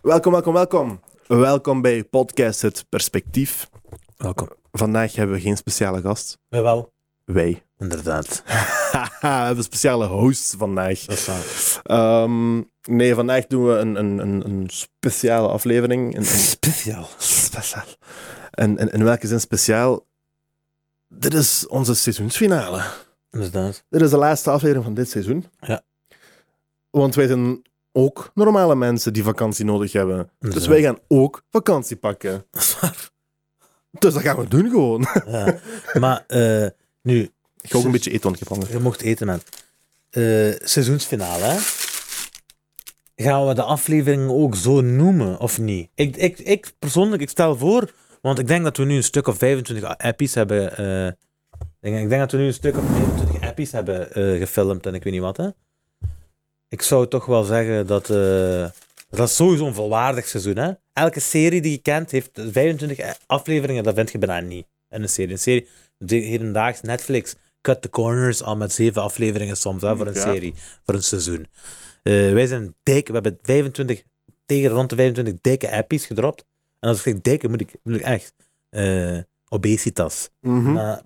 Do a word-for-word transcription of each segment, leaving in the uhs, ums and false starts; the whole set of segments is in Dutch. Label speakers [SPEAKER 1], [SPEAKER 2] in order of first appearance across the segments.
[SPEAKER 1] Welkom, welkom, welkom. Welkom bij podcast Het Perspectief.
[SPEAKER 2] Welkom.
[SPEAKER 1] Vandaag hebben we geen speciale gast.
[SPEAKER 2] Jawel.
[SPEAKER 1] Wij.
[SPEAKER 2] Inderdaad.
[SPEAKER 1] we hebben speciale hosts vandaag.
[SPEAKER 2] Dat is waar.
[SPEAKER 1] Um, nee, vandaag doen we een, een, een, een speciale aflevering. Een, een
[SPEAKER 2] Speciaal.
[SPEAKER 1] speciaal. En, en in welke zin speciaal? Dit is onze seizoensfinale.
[SPEAKER 2] Inderdaad.
[SPEAKER 1] Dit is de laatste aflevering van dit seizoen.
[SPEAKER 2] Ja.
[SPEAKER 1] Want wij zijn ook normale mensen die vakantie nodig hebben.
[SPEAKER 2] Inderdaad.
[SPEAKER 1] Dus wij gaan ook vakantie pakken.
[SPEAKER 2] Dat is waar.
[SPEAKER 1] Dus dat gaan we doen gewoon.
[SPEAKER 2] Ja. Maar uh, nu...
[SPEAKER 1] Ik ga ook een beetje eten, want ik heb honger.
[SPEAKER 2] Je mocht eten, man. Uh, seizoensfinale, hè? Gaan we de aflevering ook zo noemen, of niet? Ik, ik, ik persoonlijk, ik stel voor... Want ik denk dat we nu een stuk of vijfentwintig appies hebben... Uh, ik, denk, ik denk dat we nu een stuk of vijfentwintig appies hebben uh, gefilmd en ik weet niet wat, hè? Ik zou toch wel zeggen dat... Uh, dat is sowieso een volwaardig seizoen, hè? Elke serie die je kent heeft vijfentwintig afleveringen, dat vind je bijna niet. In een serie. Een serie, hedendaags Netflix, cut the corners al met zeven afleveringen soms, hè, voor een ja. serie, voor een seizoen. Uh, wij zijn dik, we hebben vijfentwintig, tegen rond de vijfentwintig dikke appies gedropt. En als ik zeg dikke, moet ik, moet ik echt uh, obesitas.
[SPEAKER 1] Mm-hmm.
[SPEAKER 2] Maar,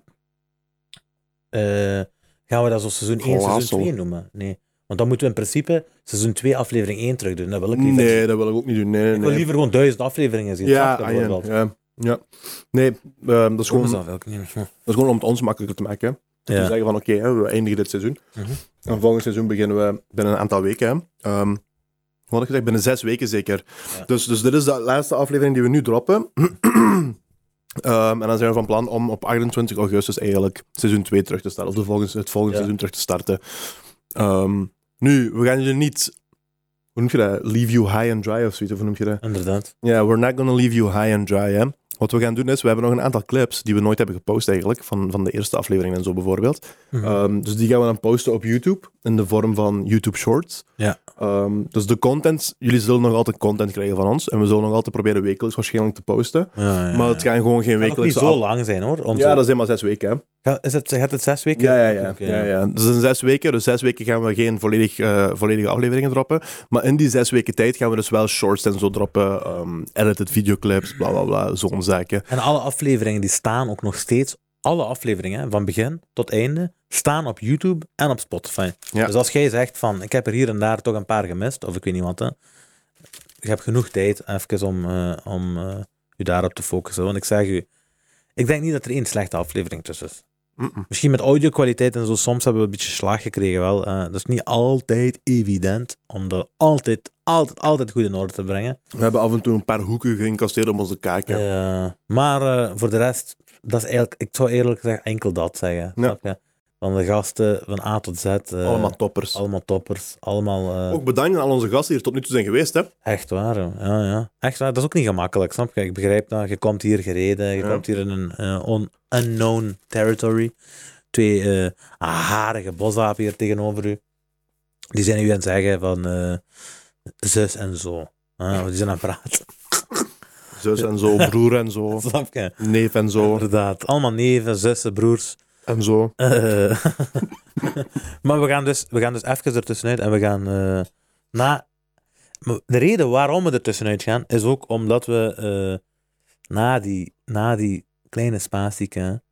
[SPEAKER 2] uh, gaan we dat zo seizoen één,
[SPEAKER 1] Glassel.
[SPEAKER 2] seizoen twee noemen? Nee. Want dan moeten we in principe seizoen twee aflevering één terug doen. Dat wil ik liever.
[SPEAKER 1] Nee, dat wil ik ook niet doen. Nee, nee.
[SPEAKER 2] Ik wil liever gewoon duizend afleveringen zien.
[SPEAKER 1] Ja,
[SPEAKER 2] dat
[SPEAKER 1] ja, ja, ja. Nee, uh, dat, is gewoon,
[SPEAKER 2] dat,
[SPEAKER 1] dat is gewoon om het ons makkelijker te maken. Hè. Dat ja. we zeggen van oké, okay, we eindigen dit seizoen.
[SPEAKER 2] Mm-hmm.
[SPEAKER 1] En volgend seizoen beginnen we binnen een aantal weken. Hè. Um, wat had ik gezegd? Binnen zes weken zeker. Ja. Dus, dus dit is de laatste aflevering die we nu droppen. um, en dan zijn we van plan om op achtentwintig augustus eigenlijk seizoen twee terug te starten. Of de volgende, het volgende ja. seizoen terug te starten. Um, nu, we gaan jullie niet... Hoe noem je dat? Leave you high and dry of zoiets, of hoe noem je dat?
[SPEAKER 2] Inderdaad.
[SPEAKER 1] Ja, yeah, we're not gonna leave you high and dry, hè. Wat we gaan doen is, we hebben nog een aantal clips die we nooit hebben gepost eigenlijk, van, van de eerste aflevering en zo bijvoorbeeld. Mm-hmm. Um, dus die gaan we dan posten op YouTube, in de vorm van YouTube Shorts.
[SPEAKER 2] Ja.
[SPEAKER 1] Um, dus de content, jullie zullen nog altijd content krijgen van ons, en we zullen nog altijd proberen wekelijks waarschijnlijk te posten.
[SPEAKER 2] Ja, ja,
[SPEAKER 1] maar het gaan gewoon geen wekelijkse...
[SPEAKER 2] Het gaat niet zo lang zijn, hoor.
[SPEAKER 1] Onze... Ja, dat zijn maar zes weken, hè.
[SPEAKER 2] Ja, is het, gaat het zes weken?
[SPEAKER 1] Ja, ja, ja. Okay, ja, ja. Dus in zes weken, dus zes weken gaan we geen volledig, uh, volledige afleveringen droppen. Maar in die zes weken tijd gaan we dus wel shorts en zo droppen. Um, edited videoclips, bla bla bla, zo'n zaken.
[SPEAKER 2] En alle afleveringen die staan ook nog steeds, alle afleveringen, van begin tot einde, staan op YouTube en op Spotify. Ja. Dus als jij zegt van, ik heb er hier en daar toch een paar gemist, of ik weet niet wat, hè. Je hebt genoeg tijd even om, uh, om uh, je daarop te focussen. Want ik zeg u, ik denk niet dat er één slechte aflevering tussen is. Mm-mm. Misschien met audio-kwaliteit en zo, soms hebben we een beetje slag gekregen wel. Uh, dat is niet altijd evident om dat altijd, altijd, altijd goed in orde te brengen.
[SPEAKER 1] We hebben af en toe een paar hoeken geïncasseerd om onze kaken.
[SPEAKER 2] Uh, maar uh, voor de rest, dat is eigenlijk, ik zou eerlijk gezegd enkel dat zeggen.
[SPEAKER 1] Ja.
[SPEAKER 2] Snap je? Van de gasten van A tot Z. Uh,
[SPEAKER 1] allemaal toppers.
[SPEAKER 2] Allemaal toppers. Allemaal, uh,
[SPEAKER 1] ook bedankt aan al onze gasten die hier tot nu toe zijn geweest, hè?
[SPEAKER 2] Echt waar, ja, ja. Echt waar. Dat is ook niet gemakkelijk, snap je? Ik begrijp dat. Je komt hier gereden, je ja. komt hier in een uh, un- unknown territory. Twee uh, harige bosapen hier tegenover u. Die zijn u aan het zeggen van uh, zus en zo. Uh, die zijn aan het praten.
[SPEAKER 1] Zus en zo, broer en zo.
[SPEAKER 2] Snap je?
[SPEAKER 1] Neef en zo.
[SPEAKER 2] Inderdaad. Allemaal neven, zussen, broers.
[SPEAKER 1] En zo.
[SPEAKER 2] Uh, maar we gaan, dus, we gaan dus even ertussenuit en we gaan uh, na... De reden waarom we ertussenuit gaan, is ook omdat we uh, na, die, na die kleine spasieke...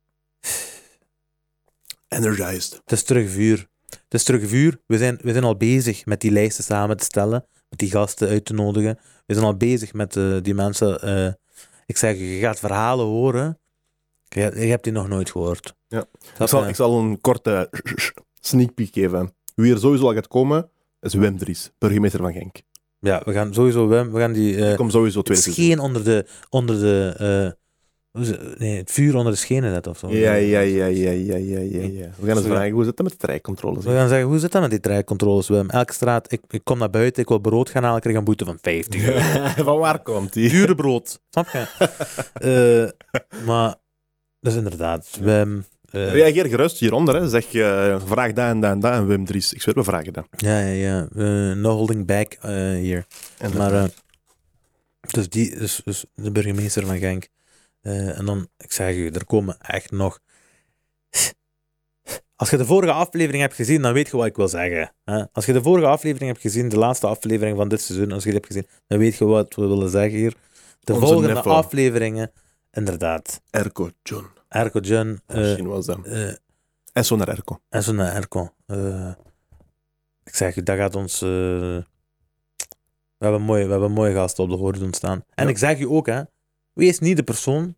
[SPEAKER 1] Energized.
[SPEAKER 2] Het is terug vuur. Het is terug vuur. We zijn, we zijn al bezig met die lijsten samen te stellen, met die gasten uit te nodigen. We zijn al bezig met uh, die mensen... Uh, ik zeg, je gaat verhalen horen... Je, je hebt die nog nooit gehoord.
[SPEAKER 1] Ja. Ik, zal, ik zal een korte sneak peek geven. Wie er sowieso al gaat komen, is Wim Dries, burgemeester van Genk.
[SPEAKER 2] Ja, we gaan sowieso Wim, we gaan die... Uh,
[SPEAKER 1] ik kom sowieso twee
[SPEAKER 2] Het scheen onder de... Onder de uh, nee, het vuur onder de schenen net of zo.
[SPEAKER 1] Ja, ja, ja, ja, ja, ja, ja. ja. We gaan eens vragen, hoe zit dat met de trajectcontroles?
[SPEAKER 2] We gaan zeggen, hoe zit dat met die trajectcontroles, Wim? Elke straat, ik, ik kom naar buiten, ik wil brood gaan halen, ik krijg een boete van vijftig euro.
[SPEAKER 1] Van waar komt die?
[SPEAKER 2] Dure brood, snap je? uh, maar... Dus inderdaad, Wim...
[SPEAKER 1] Uh, Reageer gerust hieronder, hè. Zeg, uh, vraag dat en dat en dat en Wim Dries. Ik zweer, we vragen dat.
[SPEAKER 2] Ja, ja, ja. Uh, no holding back hier. Uh, maar, uh, dus die is dus, dus de burgemeester van Genk. Uh, en dan, ik zeg u, er komen echt nog Als je de vorige aflevering hebt gezien, dan weet je wat ik wil zeggen. Hè? Als je de vorige aflevering hebt gezien, de laatste aflevering van dit seizoen, als je die hebt gezien, dan weet je wat we willen zeggen hier. De
[SPEAKER 1] Onze
[SPEAKER 2] volgende
[SPEAKER 1] neffe.
[SPEAKER 2] afleveringen, inderdaad.
[SPEAKER 1] Erko John.
[SPEAKER 2] Erko John. eh,
[SPEAKER 1] Misschien was dat.
[SPEAKER 2] eh,
[SPEAKER 1] En zo naar Erko.
[SPEAKER 2] en zo'n Erko. Eh, ik zeg je, dat gaat ons... eh, we, hebben mooi, we hebben mooie gasten op de horizon staan. En
[SPEAKER 1] Ja.
[SPEAKER 2] ik zeg je ook, hè. Wees niet de persoon...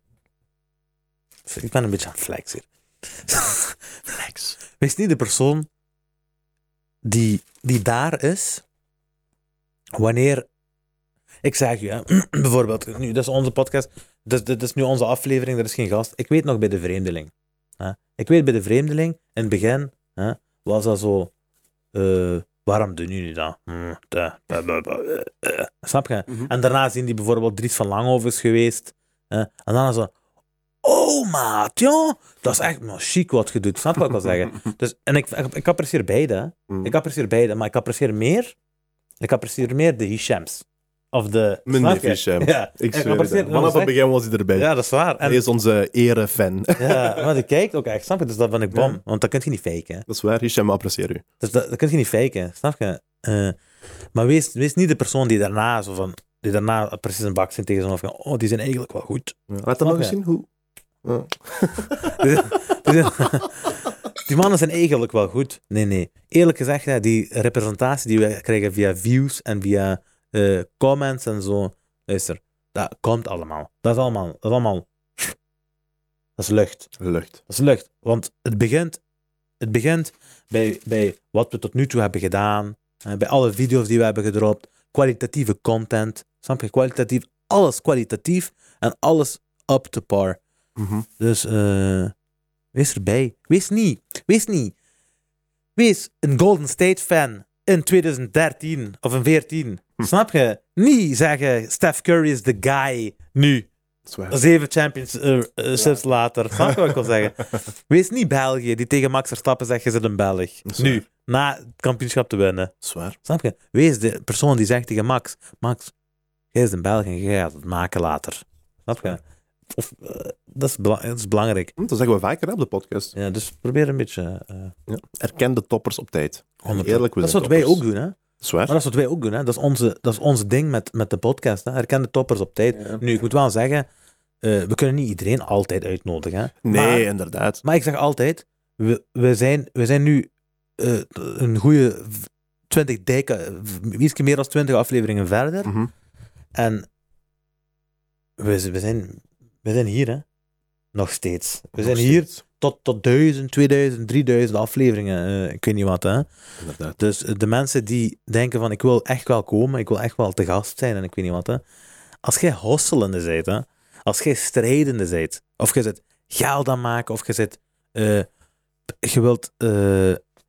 [SPEAKER 2] Ik ben een beetje aan het flex hier.
[SPEAKER 1] Flex.
[SPEAKER 2] Wees niet de persoon die, die daar is wanneer... Ik zeg je, hè, bijvoorbeeld, nu, dat is onze podcast, dus, dit is nu onze aflevering, er is geen gast. Ik weet nog bij de vreemdeling. Hè. Ik weet bij de vreemdeling, in het begin, hè, was dat zo... eh, waarom doe je nu dat? Hm, da, da, da, da, eh, eh. Snap je?
[SPEAKER 1] Mhm.
[SPEAKER 2] En daarna zien die bijvoorbeeld Dries van Langhoven is geweest. Hè, en dan zo... Oh, maat, ja. Dat is echt nou, chic wat je doet. Snap je wat ik wil zeggen? Dus, en ik, ik, ik apprecieer beide. Hè.
[SPEAKER 1] Mhm.
[SPEAKER 2] Ik apprecieer beide, maar ik apprecieer meer... Ik apprecieer meer de Hishams. Of de...
[SPEAKER 1] Minder
[SPEAKER 2] snap je?
[SPEAKER 1] Hisham.
[SPEAKER 2] Ja.
[SPEAKER 1] Ik zweer
[SPEAKER 2] apprecieer-
[SPEAKER 1] het. Vanaf het begin was hij erbij.
[SPEAKER 2] Ja, dat is waar. En,
[SPEAKER 1] Hij is onze ere-fan.
[SPEAKER 2] ja, maar die kijkt ook echt, snap je? Dus dat ben ik bom.
[SPEAKER 1] Ja.
[SPEAKER 2] Want dat kun je niet faken. Hè.
[SPEAKER 1] Dat is waar, Hisham, apprecieer u.
[SPEAKER 2] Dus dat, dat kun je niet faken, snap je? Eh, maar wees, wees niet de persoon die daarna zo van... Die daarna precies een bak zijn tegen zo'n van... Oh, die zijn eigenlijk wel goed.
[SPEAKER 1] Ja, laat dat
[SPEAKER 2] Snap
[SPEAKER 1] nog eens
[SPEAKER 2] je?
[SPEAKER 1] zien. Hoe... Ja.
[SPEAKER 2] Die, die, die mannen zijn eigenlijk wel goed. Nee, nee. Eerlijk gezegd, hè, die representatie die we krijgen via views en via eh, comments en zo. Luister, dat komt allemaal. Dat is allemaal... Dat is allemaal... Dat is lucht.
[SPEAKER 1] Lucht.
[SPEAKER 2] Dat is lucht. Want het begint, het begint bij, bij wat we tot nu toe hebben gedaan. eh, bij alle video's die we hebben gedropt. Kwalitatieve content. Snap je? Kwalitatief. Alles kwalitatief. En alles up to par.
[SPEAKER 1] Mhm.
[SPEAKER 2] Dus eh, wees erbij. Wees niet. Wees niet. Wees een Golden State fan in twintig dertien of in veertien.
[SPEAKER 1] Hm.
[SPEAKER 2] Snap je? Niet zeggen Steph Curry is the guy nu.
[SPEAKER 1] Dat is waar.
[SPEAKER 2] Zeven championships later. Snap je wat ik wil zeggen? Wees niet België die tegen Max Verstappen zegt je zit een Belg.
[SPEAKER 1] Dat is
[SPEAKER 2] Nu,
[SPEAKER 1] waar.
[SPEAKER 2] na het kampioenschap te winnen.
[SPEAKER 1] Dat is waar.
[SPEAKER 2] Snap je? Wees de persoon die zegt tegen Max, Max, jij is een Belg en jij gaat het maken later. Snap je? Of, eh, dat, is bela- dat is belangrijk.
[SPEAKER 1] Hm, Dat zeggen we vaker hè, op de podcast.
[SPEAKER 2] Ja, dus probeer een beetje... eh
[SPEAKER 1] Ja. Erken de toppers op tijd.
[SPEAKER 2] honderd
[SPEAKER 1] Eerlijk, we
[SPEAKER 2] Dat is
[SPEAKER 1] zijn
[SPEAKER 2] wat wij ook
[SPEAKER 1] toppers.
[SPEAKER 2] doen, hè?
[SPEAKER 1] Dat is waar.
[SPEAKER 2] Maar dat is wat wij ook doen, hè? Dat is onze, dat is onze ding met, met de podcast, hè? Herken de toppers op tijd.
[SPEAKER 1] Ja.
[SPEAKER 2] Nu, ik moet wel zeggen, eh, we kunnen niet iedereen altijd uitnodigen, hè?
[SPEAKER 1] Nee,
[SPEAKER 2] Maar-
[SPEAKER 1] inderdaad.
[SPEAKER 2] Maar ik zeg altijd, we, we, zijn, we zijn nu eh, een goede twintig dijken, iets meer dan twintig afleveringen verder.
[SPEAKER 1] Mhm.
[SPEAKER 2] En we, we, zijn, we zijn hier, hè. Nog steeds. We zijn
[SPEAKER 1] Nog
[SPEAKER 2] hier
[SPEAKER 1] steeds.
[SPEAKER 2] tot, tot duizend, tweeduizend, drieduizend afleveringen. eh, ik weet niet wat, hè.
[SPEAKER 1] Inderdaad.
[SPEAKER 2] Dus eh, de mensen die denken van, ik wil echt wel komen, ik wil echt wel te gast zijn en ik weet niet wat, hè. Als jij hostelende bent, hè. Als jij strijdende bent, of je zit geld aan maken, of je zit... eh, je wilt eh,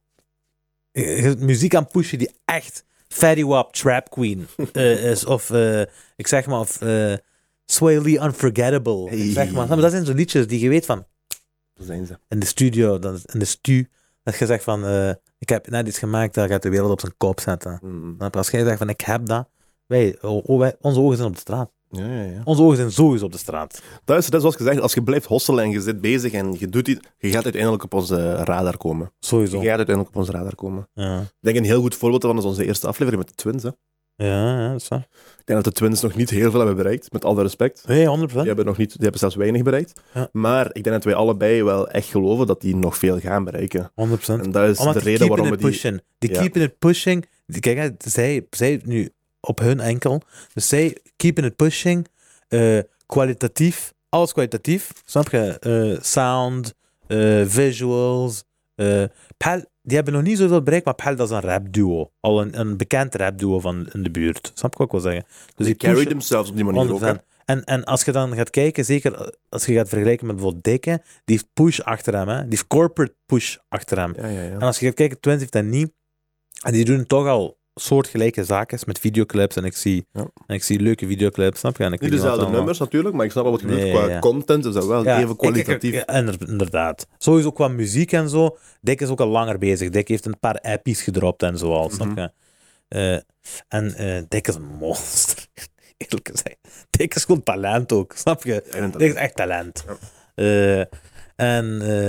[SPEAKER 2] je wilt muziek aan pushen die echt Fatty Wap Trap Queen eh, is. Of eh, ik zeg maar, of eh Sway Lee Unforgettable.
[SPEAKER 1] Hey.
[SPEAKER 2] Ik zeg maar, maar dat zijn zo liedjes die je weet van
[SPEAKER 1] Zo zijn ze.
[SPEAKER 2] in de studio, dan, in de stu, dat je zegt van eh, ik heb net iets gemaakt, dat gaat de wereld op zijn kop zetten.
[SPEAKER 1] Mm.
[SPEAKER 2] Maar als jij zegt van ik heb dat, wij, oh, oh, wij, onze ogen zijn op de straat.
[SPEAKER 1] Ja, ja, ja.
[SPEAKER 2] Onze ogen zijn sowieso op de straat.
[SPEAKER 1] Dat is, dat is zoals gezegd, als je blijft hosselen en je zit bezig en je doet iets, je gaat uiteindelijk op onze radar komen.
[SPEAKER 2] Sowieso.
[SPEAKER 1] Je gaat uiteindelijk op onze radar komen.
[SPEAKER 2] Ja,
[SPEAKER 1] Ik denk een heel goed voorbeeld daarvan is onze eerste aflevering met de Twins. Hè.
[SPEAKER 2] ja, ja dat is waar.
[SPEAKER 1] Ik denk dat de Twins nog niet heel veel hebben bereikt, met alle respect.
[SPEAKER 2] Nee, honderd
[SPEAKER 1] Die
[SPEAKER 2] procent.
[SPEAKER 1] hebben, nog niet, die hebben zelfs weinig bereikt.
[SPEAKER 2] Ja.
[SPEAKER 1] Maar ik denk dat wij allebei wel echt geloven dat die nog veel gaan bereiken.
[SPEAKER 2] honderd procent.
[SPEAKER 1] En dat is
[SPEAKER 2] Omdat
[SPEAKER 1] de
[SPEAKER 2] die
[SPEAKER 1] reden
[SPEAKER 2] keeping
[SPEAKER 1] waarom we
[SPEAKER 2] it
[SPEAKER 1] die...
[SPEAKER 2] pushen. Die
[SPEAKER 1] Ja.
[SPEAKER 2] keeping it pushing. Die, kijk, hè, zij, zij nu op hun enkel. Dus zij keeping it pushing. eh, kwalitatief. Alles kwalitatief. Snap je? Eh, sound. eh, visuals. eh, Pel, die hebben nog niet zoveel bereikt, maar Pel dat is een rapduo. Al een, een bekend rapduo van in de buurt. Snap je wat ik wil zeggen? Dus
[SPEAKER 1] Die
[SPEAKER 2] die pushen-
[SPEAKER 1] carried themselves op die manier ook. hè.
[SPEAKER 2] honderd procent. En, en als je dan gaat kijken, zeker als je gaat vergelijken met bijvoorbeeld Dikke, die heeft push achter hem. Hè? Die heeft corporate push achter hem.
[SPEAKER 1] Ja, ja, ja.
[SPEAKER 2] En als je gaat kijken, Twins heeft dat niet. En die doen toch al soortgelijke zaken met videoclips. En ik zie,
[SPEAKER 1] Ja.
[SPEAKER 2] en ik zie leuke videoclips, snap je? En ik
[SPEAKER 1] Niet
[SPEAKER 2] weet wat
[SPEAKER 1] dezelfde
[SPEAKER 2] allemaal-
[SPEAKER 1] nummers natuurlijk, maar ik snap wel wat je bedoelt.
[SPEAKER 2] Nee,
[SPEAKER 1] Qua
[SPEAKER 2] ja.
[SPEAKER 1] content is dat wel
[SPEAKER 2] Ja,
[SPEAKER 1] even
[SPEAKER 2] ik-
[SPEAKER 1] kwalitatief.
[SPEAKER 2] ik- ja, inder- inderdaad. Sowieso qua muziek en zo. Dick is ook al langer bezig. Dick heeft een paar appies gedropt en zo al, snap
[SPEAKER 1] Mhm.
[SPEAKER 2] je? Eh, en eh Dick is een monster. Eerlijk gezegd. Dick is gewoon talent ook, snap je?
[SPEAKER 1] En
[SPEAKER 2] Dick is echt talent.
[SPEAKER 1] Ja.
[SPEAKER 2] Eh, en eh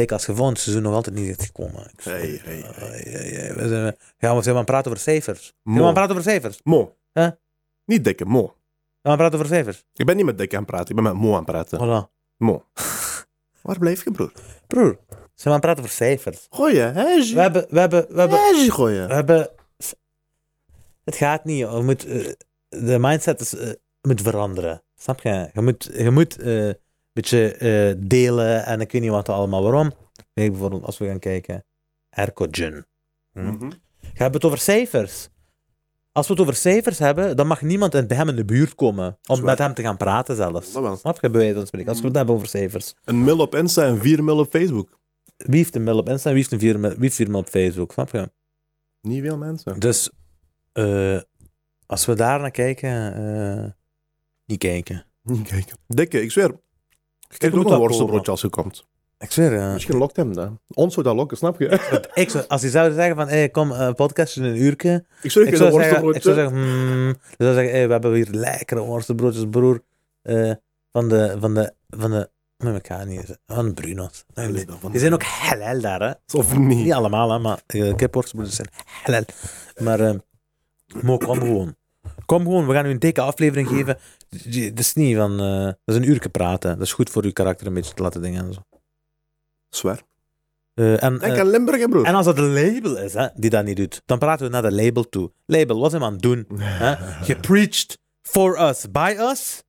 [SPEAKER 2] Kijk, als je volgend seizoen nog altijd niet bent gekomen. Ik zeg,
[SPEAKER 1] Hey, hey, hey.
[SPEAKER 2] Hey, hey, hey. We zijn, gaan we zijn we aan het praten over cijfers? Gaan we
[SPEAKER 1] Mo.
[SPEAKER 2] aan het praten over cijfers?
[SPEAKER 1] Mo.
[SPEAKER 2] Huh?
[SPEAKER 1] Niet dikke, Mo.
[SPEAKER 2] Gaan we aan het praten over cijfers?
[SPEAKER 1] Ik ben niet met dikke aan het praten, ik ben met Mo aan het praten.
[SPEAKER 2] Voilà.
[SPEAKER 1] Mo. Waar blijf je, broer?
[SPEAKER 2] Broer, zijn we aan het praten over cijfers?
[SPEAKER 1] Goeie, hè?
[SPEAKER 2] We hebben... We hebben, we hebben,
[SPEAKER 1] Hè, goeie.
[SPEAKER 2] we hebben het gaat niet. Je moet, uh, de mindset is, uh, moet veranderen. Snap je? Je moet, je moet uh, een beetje uh, delen en ik weet niet wat allemaal. Waarom? Kijk, bijvoorbeeld als we gaan kijken. Ercogen. Hm?
[SPEAKER 1] Mhm.
[SPEAKER 2] Je hebt het over cijfers. Als we het over cijfers hebben, dan mag niemand bij hem in de buurt komen om
[SPEAKER 1] waar.
[SPEAKER 2] met hem te gaan praten zelfs.
[SPEAKER 1] Dat wel.
[SPEAKER 2] Snap je, bij wijze van spreken? Als we het hebben over cijfers.
[SPEAKER 1] Een mil op Insta en vier mil op Facebook.
[SPEAKER 2] Wie heeft een mail op Insta en wie heeft een vier mail, wie heeft vier mail op Facebook? Snap je?
[SPEAKER 1] Niet veel mensen.
[SPEAKER 2] Dus, uh, als we daar naar kijken, uh, niet kijken.
[SPEAKER 1] Niet kijken. Dikke, ik zweer. Ik
[SPEAKER 2] moet
[SPEAKER 1] kijk ook
[SPEAKER 2] dat
[SPEAKER 1] een worstenbroodje als je komt.
[SPEAKER 2] Ik zweer, ja.
[SPEAKER 1] Misschien lokt hem dat. Ons zou dat lokken, snap je?
[SPEAKER 2] Ik zou, als hij zou zeggen van, hey, kom, uh, podcast in een uurtje.
[SPEAKER 1] Ik zweer,
[SPEAKER 2] Ik
[SPEAKER 1] ik
[SPEAKER 2] zou
[SPEAKER 1] een
[SPEAKER 2] zeggen, ik
[SPEAKER 1] worstenbroodje.
[SPEAKER 2] zou zeggen, hmm, ik zou zeggen, hey, we hebben hier lekkere worstenbroodjes, broer. Uh, van de, van de, van de, nee, ik ga niet zeggen, van de Bruno's. Nee, die, die zijn ook halal daar, hè.
[SPEAKER 1] Of niet?
[SPEAKER 2] Niet allemaal, hè, maar uh, kipworstenbroodjes zijn halal. Maar, uh, Mo, kom gewoon. Kom gewoon, we gaan u een dikke aflevering geven. Dat is niet van, uh, dat is een uurtje praten. Dat is goed voor uw karakter een beetje te laten dingen en zo.
[SPEAKER 1] Zwaar.
[SPEAKER 2] Uh, en,
[SPEAKER 1] Denk
[SPEAKER 2] uh,
[SPEAKER 1] aan Limburg, hè, broer.
[SPEAKER 2] En als het een label is, hè, die dat niet doet, dan praten we naar de label toe. Label, wat zijn we aan het doen? Hè? Je preached for us, by us.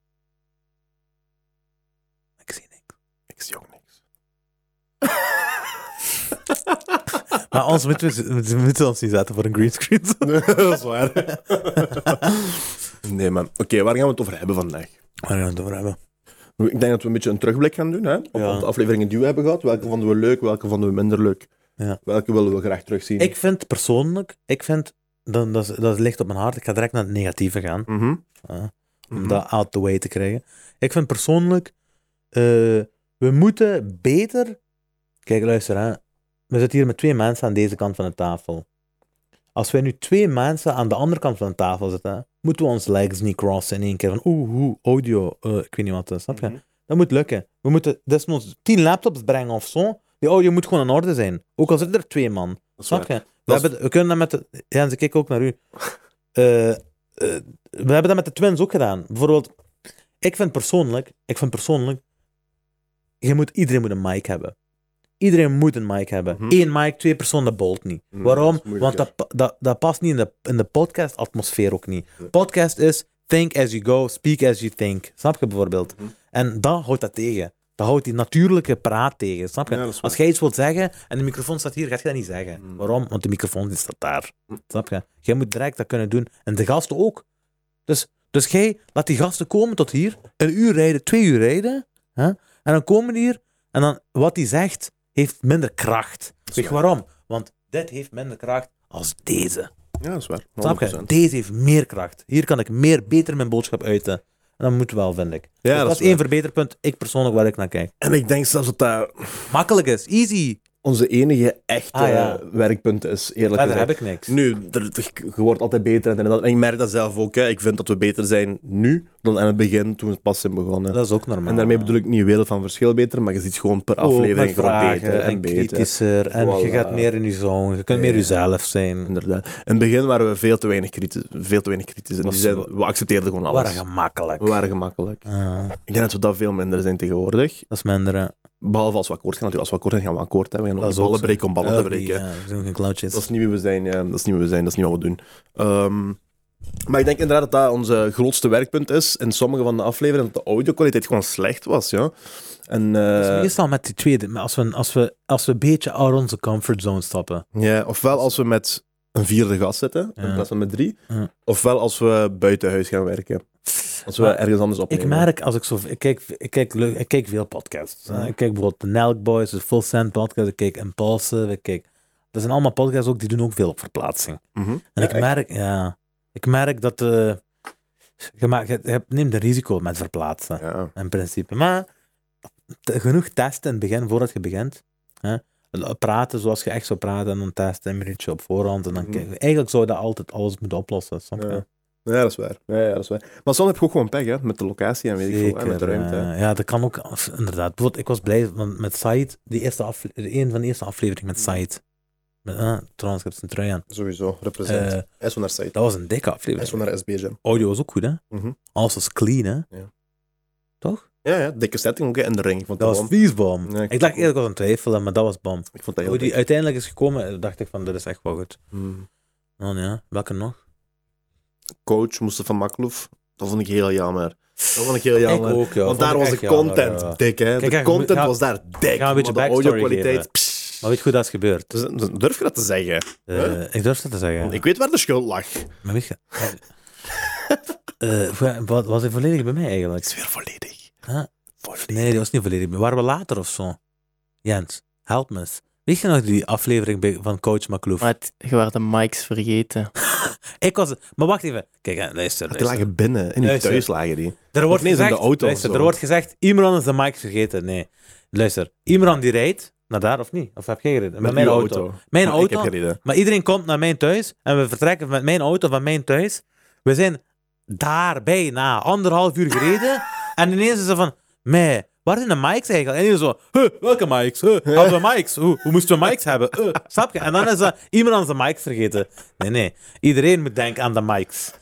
[SPEAKER 2] Ik zie niks.
[SPEAKER 1] Ik zie ook niks.
[SPEAKER 2] Maar ons moeten we, we moeten ons niet zetten voor een greenscreen.
[SPEAKER 1] Dat is waar. Nee, man. Oké, okay, waar gaan we het over hebben vandaag?
[SPEAKER 2] Waar gaan we het over hebben?
[SPEAKER 1] Ik denk dat we een beetje een terugblik gaan doen, hè? Op
[SPEAKER 2] Ja.
[SPEAKER 1] de afleveringen die we hebben gehad. Welke vonden we leuk, welke vonden we minder leuk?
[SPEAKER 2] Ja.
[SPEAKER 1] Welke willen we graag terugzien?
[SPEAKER 2] Ik vind persoonlijk, ik vind, dat, dat, dat ligt op mijn hart, ik ga direct naar het negatieve gaan.
[SPEAKER 1] Mhm.
[SPEAKER 2] Uh, om
[SPEAKER 1] Mhm.
[SPEAKER 2] dat out the way te krijgen. Ik vind persoonlijk, uh, we moeten beter... Kijk, luister, hè. We zitten hier met twee mensen aan deze kant van de tafel. Als wij nu twee mensen aan de andere kant van de tafel zitten, moeten we ons legs niet crossen in één keer van oeh, oeh, audio, uh, ik weet niet wat, snap je?
[SPEAKER 1] Mhm.
[SPEAKER 2] Dat moet lukken. We moeten desnoods tien laptops brengen of zo. Die audio moet gewoon in orde zijn. Ook al zitten er twee man.
[SPEAKER 1] Dat is
[SPEAKER 2] Snap
[SPEAKER 1] waar.
[SPEAKER 2] je? We,
[SPEAKER 1] Dat is-
[SPEAKER 2] hebben, we kunnen dat met de... Jens, ik kijk ook naar u. Uh, uh, we hebben dat met de twins ook gedaan. Bijvoorbeeld, ik vind persoonlijk, ik vind persoonlijk, je moet, iedereen moet een mic hebben. Iedereen moet een mic hebben.
[SPEAKER 1] Mhm.
[SPEAKER 2] Eén mic, twee personen, dat bolt niet.
[SPEAKER 1] Mm,
[SPEAKER 2] Waarom?
[SPEAKER 1] dat is moeilijk,
[SPEAKER 2] Want dat, dat, dat past niet in de, in de podcast-atmosfeer ook niet.
[SPEAKER 1] Nee.
[SPEAKER 2] Podcast is think as you go, speak as you think. Snap je bijvoorbeeld?
[SPEAKER 1] Mhm.
[SPEAKER 2] En dat houdt dat tegen. Dat houdt die natuurlijke praat tegen. Snap je?
[SPEAKER 1] Ja, dat is waar.
[SPEAKER 2] Als jij iets wilt zeggen en de microfoon staat hier, ga je dat niet zeggen.
[SPEAKER 1] Mm.
[SPEAKER 2] Waarom? Want de microfoon die staat daar.
[SPEAKER 1] Mm.
[SPEAKER 2] Snap je? Jij moet direct dat kunnen doen. En de gasten ook. Dus, dus jij laat die gasten komen tot hier, een uur rijden, twee uur rijden. Hè? En dan komen die hier en dan wat hij zegt heeft minder kracht.
[SPEAKER 1] is
[SPEAKER 2] Weet je
[SPEAKER 1] waar.
[SPEAKER 2] waarom? Want dit heeft minder kracht als deze.
[SPEAKER 1] Ja, dat is waar.
[SPEAKER 2] Snap
[SPEAKER 1] honderd
[SPEAKER 2] je?
[SPEAKER 1] procent.
[SPEAKER 2] Deze heeft meer kracht. Hier kan ik meer, beter mijn boodschap uiten. En dat moet wel, vind ik. Dus
[SPEAKER 1] Ja,
[SPEAKER 2] dat,
[SPEAKER 1] dat
[SPEAKER 2] is
[SPEAKER 1] is
[SPEAKER 2] één
[SPEAKER 1] waar.
[SPEAKER 2] verbeterpunt, ik persoonlijk, waar ik naar kijk.
[SPEAKER 1] En ik denk zelfs dat dat
[SPEAKER 2] Makkelijk is, easy.
[SPEAKER 1] onze enige echte
[SPEAKER 2] Ah, ja.
[SPEAKER 1] werkpunt is, eerlijk
[SPEAKER 2] Verder
[SPEAKER 1] gezegd.
[SPEAKER 2] heb ik niks.
[SPEAKER 1] Nu, er, je wordt altijd beter en dat. En ik merk dat zelf ook. Hè. Ik vind dat we beter zijn nu dan aan het begin, toen we pas zijn begonnen.
[SPEAKER 2] Dat is ook normaal.
[SPEAKER 1] En daarmee bedoel ik niet een wereld van verschil beter, maar je ziet gewoon per
[SPEAKER 2] Ook met
[SPEAKER 1] aflevering gewoon
[SPEAKER 2] vragen
[SPEAKER 1] beter en,
[SPEAKER 2] en
[SPEAKER 1] beter.
[SPEAKER 2] kritischer. En je
[SPEAKER 1] Voilà.
[SPEAKER 2] gaat meer in je zone. Je kunt meer
[SPEAKER 1] Ja.
[SPEAKER 2] jezelf zijn.
[SPEAKER 1] Inderdaad. In het begin waren we veel te weinig kritisch. Veel te weinig kritisch. En
[SPEAKER 2] Was-
[SPEAKER 1] die zijn, we accepteerden gewoon
[SPEAKER 2] We
[SPEAKER 1] alles.
[SPEAKER 2] waren gemakkelijk.
[SPEAKER 1] We waren gemakkelijk.
[SPEAKER 2] Ah,
[SPEAKER 1] Ik denk dat we dat veel minder zijn tegenwoordig.
[SPEAKER 2] dat is minder. hè.
[SPEAKER 1] Behalve als we akkoord gaan. Natuurlijk, als we akkoord gaan, gaan we akkoord. Hè. We gaan
[SPEAKER 2] Dat
[SPEAKER 1] ook
[SPEAKER 2] is
[SPEAKER 1] ballen
[SPEAKER 2] ook zo.
[SPEAKER 1] breken om ballen
[SPEAKER 2] Ja,
[SPEAKER 1] te
[SPEAKER 2] die,
[SPEAKER 1] breken.
[SPEAKER 2] ja, we doen geen klauwtjes.
[SPEAKER 1] Dat is niet wie we zijn, ja. Dat is niet wie we zijn, dat is niet wat we doen. Ehm, maar ik denk inderdaad dat dat onze grootste werkpunt is. In sommige van de afleveringen dat de audio-kwaliteit gewoon slecht was, ja. En, eh,
[SPEAKER 2] Dat is meestal met die tweede. Maar als we, als we, als we een beetje uit onze comfortzone stappen.
[SPEAKER 1] ja, ofwel als we met een vierde gast zitten, in
[SPEAKER 2] Ja.
[SPEAKER 1] plaats van met drie.
[SPEAKER 2] Ja.
[SPEAKER 1] Ofwel als we buiten huis gaan werken. Als we
[SPEAKER 2] Maar
[SPEAKER 1] ergens anders opnemen.
[SPEAKER 2] Ik merk als ik zo. Ik kijk, ik kijk, leuk- ik kijk veel podcasts. hè.
[SPEAKER 1] Ja.
[SPEAKER 2] Ik kijk bijvoorbeeld de Nelk Boys, de Full Send podcast. Ik kijk Impulsive. Ik kijk. Dat zijn allemaal podcasts ook die doen ook veel op verplaatsing.
[SPEAKER 1] Mhm.
[SPEAKER 2] En
[SPEAKER 1] Ja,
[SPEAKER 2] ik
[SPEAKER 1] echt.
[SPEAKER 2] merk, ja, ik merk dat eh je, maakt, je, je neemt een risico met verplaatsen.
[SPEAKER 1] Ja.
[SPEAKER 2] In principe. Maar te- genoeg testen in het begin voordat je begint. Hè? Praten zoals je echt zou praten en dan testen een minuutje op voorhand. En dan
[SPEAKER 1] Mhm.
[SPEAKER 2] kijk- eigenlijk zou je dat altijd alles moeten oplossen. Snap je?
[SPEAKER 1] Ja. Ja, dat is waar. Ja, ja, dat is waar. Maar soms heb je ook gewoon pech, hè. Met de locatie en weet ik veel. En met de ruimte.
[SPEAKER 2] Uh, ja, dat kan ook, inderdaad. Bijvoorbeeld, ik was blij want met Said, die eerste afle- een van de eerste afleveringen met Said. Met, uh, trouwens, ik heb zijn trui aan.
[SPEAKER 1] Sowieso, represent.
[SPEAKER 2] Uh,
[SPEAKER 1] Hij is van naar site.
[SPEAKER 2] Dat was een dikke
[SPEAKER 1] Hij
[SPEAKER 2] aflevering.
[SPEAKER 1] is van naar S B Jam.
[SPEAKER 2] Audio was ook goed, hè?
[SPEAKER 1] Mm-hmm.
[SPEAKER 2] Alles was clean, hè?
[SPEAKER 1] Ja.
[SPEAKER 2] Toch?
[SPEAKER 1] Ja, ja, dikke setting ook, hè, in de ring. Ik vond
[SPEAKER 2] Dat was
[SPEAKER 1] bom.
[SPEAKER 2] vies bom.
[SPEAKER 1] Ja, ik
[SPEAKER 2] ik dacht eerlijk was een twijfelen, maar dat was bom.
[SPEAKER 1] Ik vond dat heel
[SPEAKER 2] Hoe die
[SPEAKER 1] dik.
[SPEAKER 2] uiteindelijk is gekomen, dacht ik van, dit is echt wel goed.
[SPEAKER 1] Hmm.
[SPEAKER 2] Nou ja, welke nog?
[SPEAKER 1] Coach Mustafa Maklouf. Dat vond ik heel jammer. Dat vond ik heel jammer.
[SPEAKER 2] Ik ook, ja.
[SPEAKER 1] Want
[SPEAKER 2] Vond
[SPEAKER 1] daar
[SPEAKER 2] ik
[SPEAKER 1] was de
[SPEAKER 2] echt jammer,
[SPEAKER 1] content
[SPEAKER 2] ja.
[SPEAKER 1] dik, hè.
[SPEAKER 2] Kijk,
[SPEAKER 1] de
[SPEAKER 2] ga-
[SPEAKER 1] content
[SPEAKER 2] ga-
[SPEAKER 1] was daar dik.
[SPEAKER 2] ga een beetje
[SPEAKER 1] maar de
[SPEAKER 2] backstory
[SPEAKER 1] audio-kwaliteit...
[SPEAKER 2] geven.
[SPEAKER 1] pssst.
[SPEAKER 2] Maar weet je hoe dat is gebeurd?
[SPEAKER 1] Dus, dus durf je dat te zeggen?
[SPEAKER 2] Uh,
[SPEAKER 1] Huh?
[SPEAKER 2] Ik durf dat te zeggen.
[SPEAKER 1] Want ik weet waar de schuld lag.
[SPEAKER 2] Maar weet je... uh, wat was hij volledig bij mij eigenlijk?
[SPEAKER 1] Het is weer volledig.
[SPEAKER 2] Huh?
[SPEAKER 1] volledig.
[SPEAKER 2] Nee, die was niet volledig bij mij. Waren we later of zo? Jens, help me eens. Weet je nog die aflevering bij- van Coach Maklouf?
[SPEAKER 3] Maar het, je werd de mics vergeten.
[SPEAKER 2] Ik was... Maar wacht even. Kijk, hè, luister,
[SPEAKER 1] Die
[SPEAKER 2] luister.
[SPEAKER 1] lagen binnen. In die
[SPEAKER 2] Luister.
[SPEAKER 1] thuis lagen die.
[SPEAKER 2] Er wordt
[SPEAKER 1] Of nee, ze in
[SPEAKER 2] gezegd,
[SPEAKER 1] de auto of
[SPEAKER 2] luister,
[SPEAKER 1] zo.
[SPEAKER 2] er wordt gezegd, Imran is de mic vergeten. Nee, luister, Imran die rijdt naar daar of niet? Of heb jij gereden? Met mijn
[SPEAKER 1] uw
[SPEAKER 2] auto. Mijn
[SPEAKER 1] Maar
[SPEAKER 2] auto,
[SPEAKER 1] Ik heb gereden.
[SPEAKER 2] maar iedereen komt naar mijn thuis en we vertrekken met mijn auto van mijn thuis. We zijn daar bijna anderhalf uur gereden en ineens is ze van, meh, waar zijn de mics eigenlijk? En iedereen zo, huh, welke mics? Huh, hadden we mics? Hoe, hoe moesten we mics hebben? Huh, snap je? En dan is er iemand zijn mics vergeten. Nee, nee, iedereen moet denken aan de mics.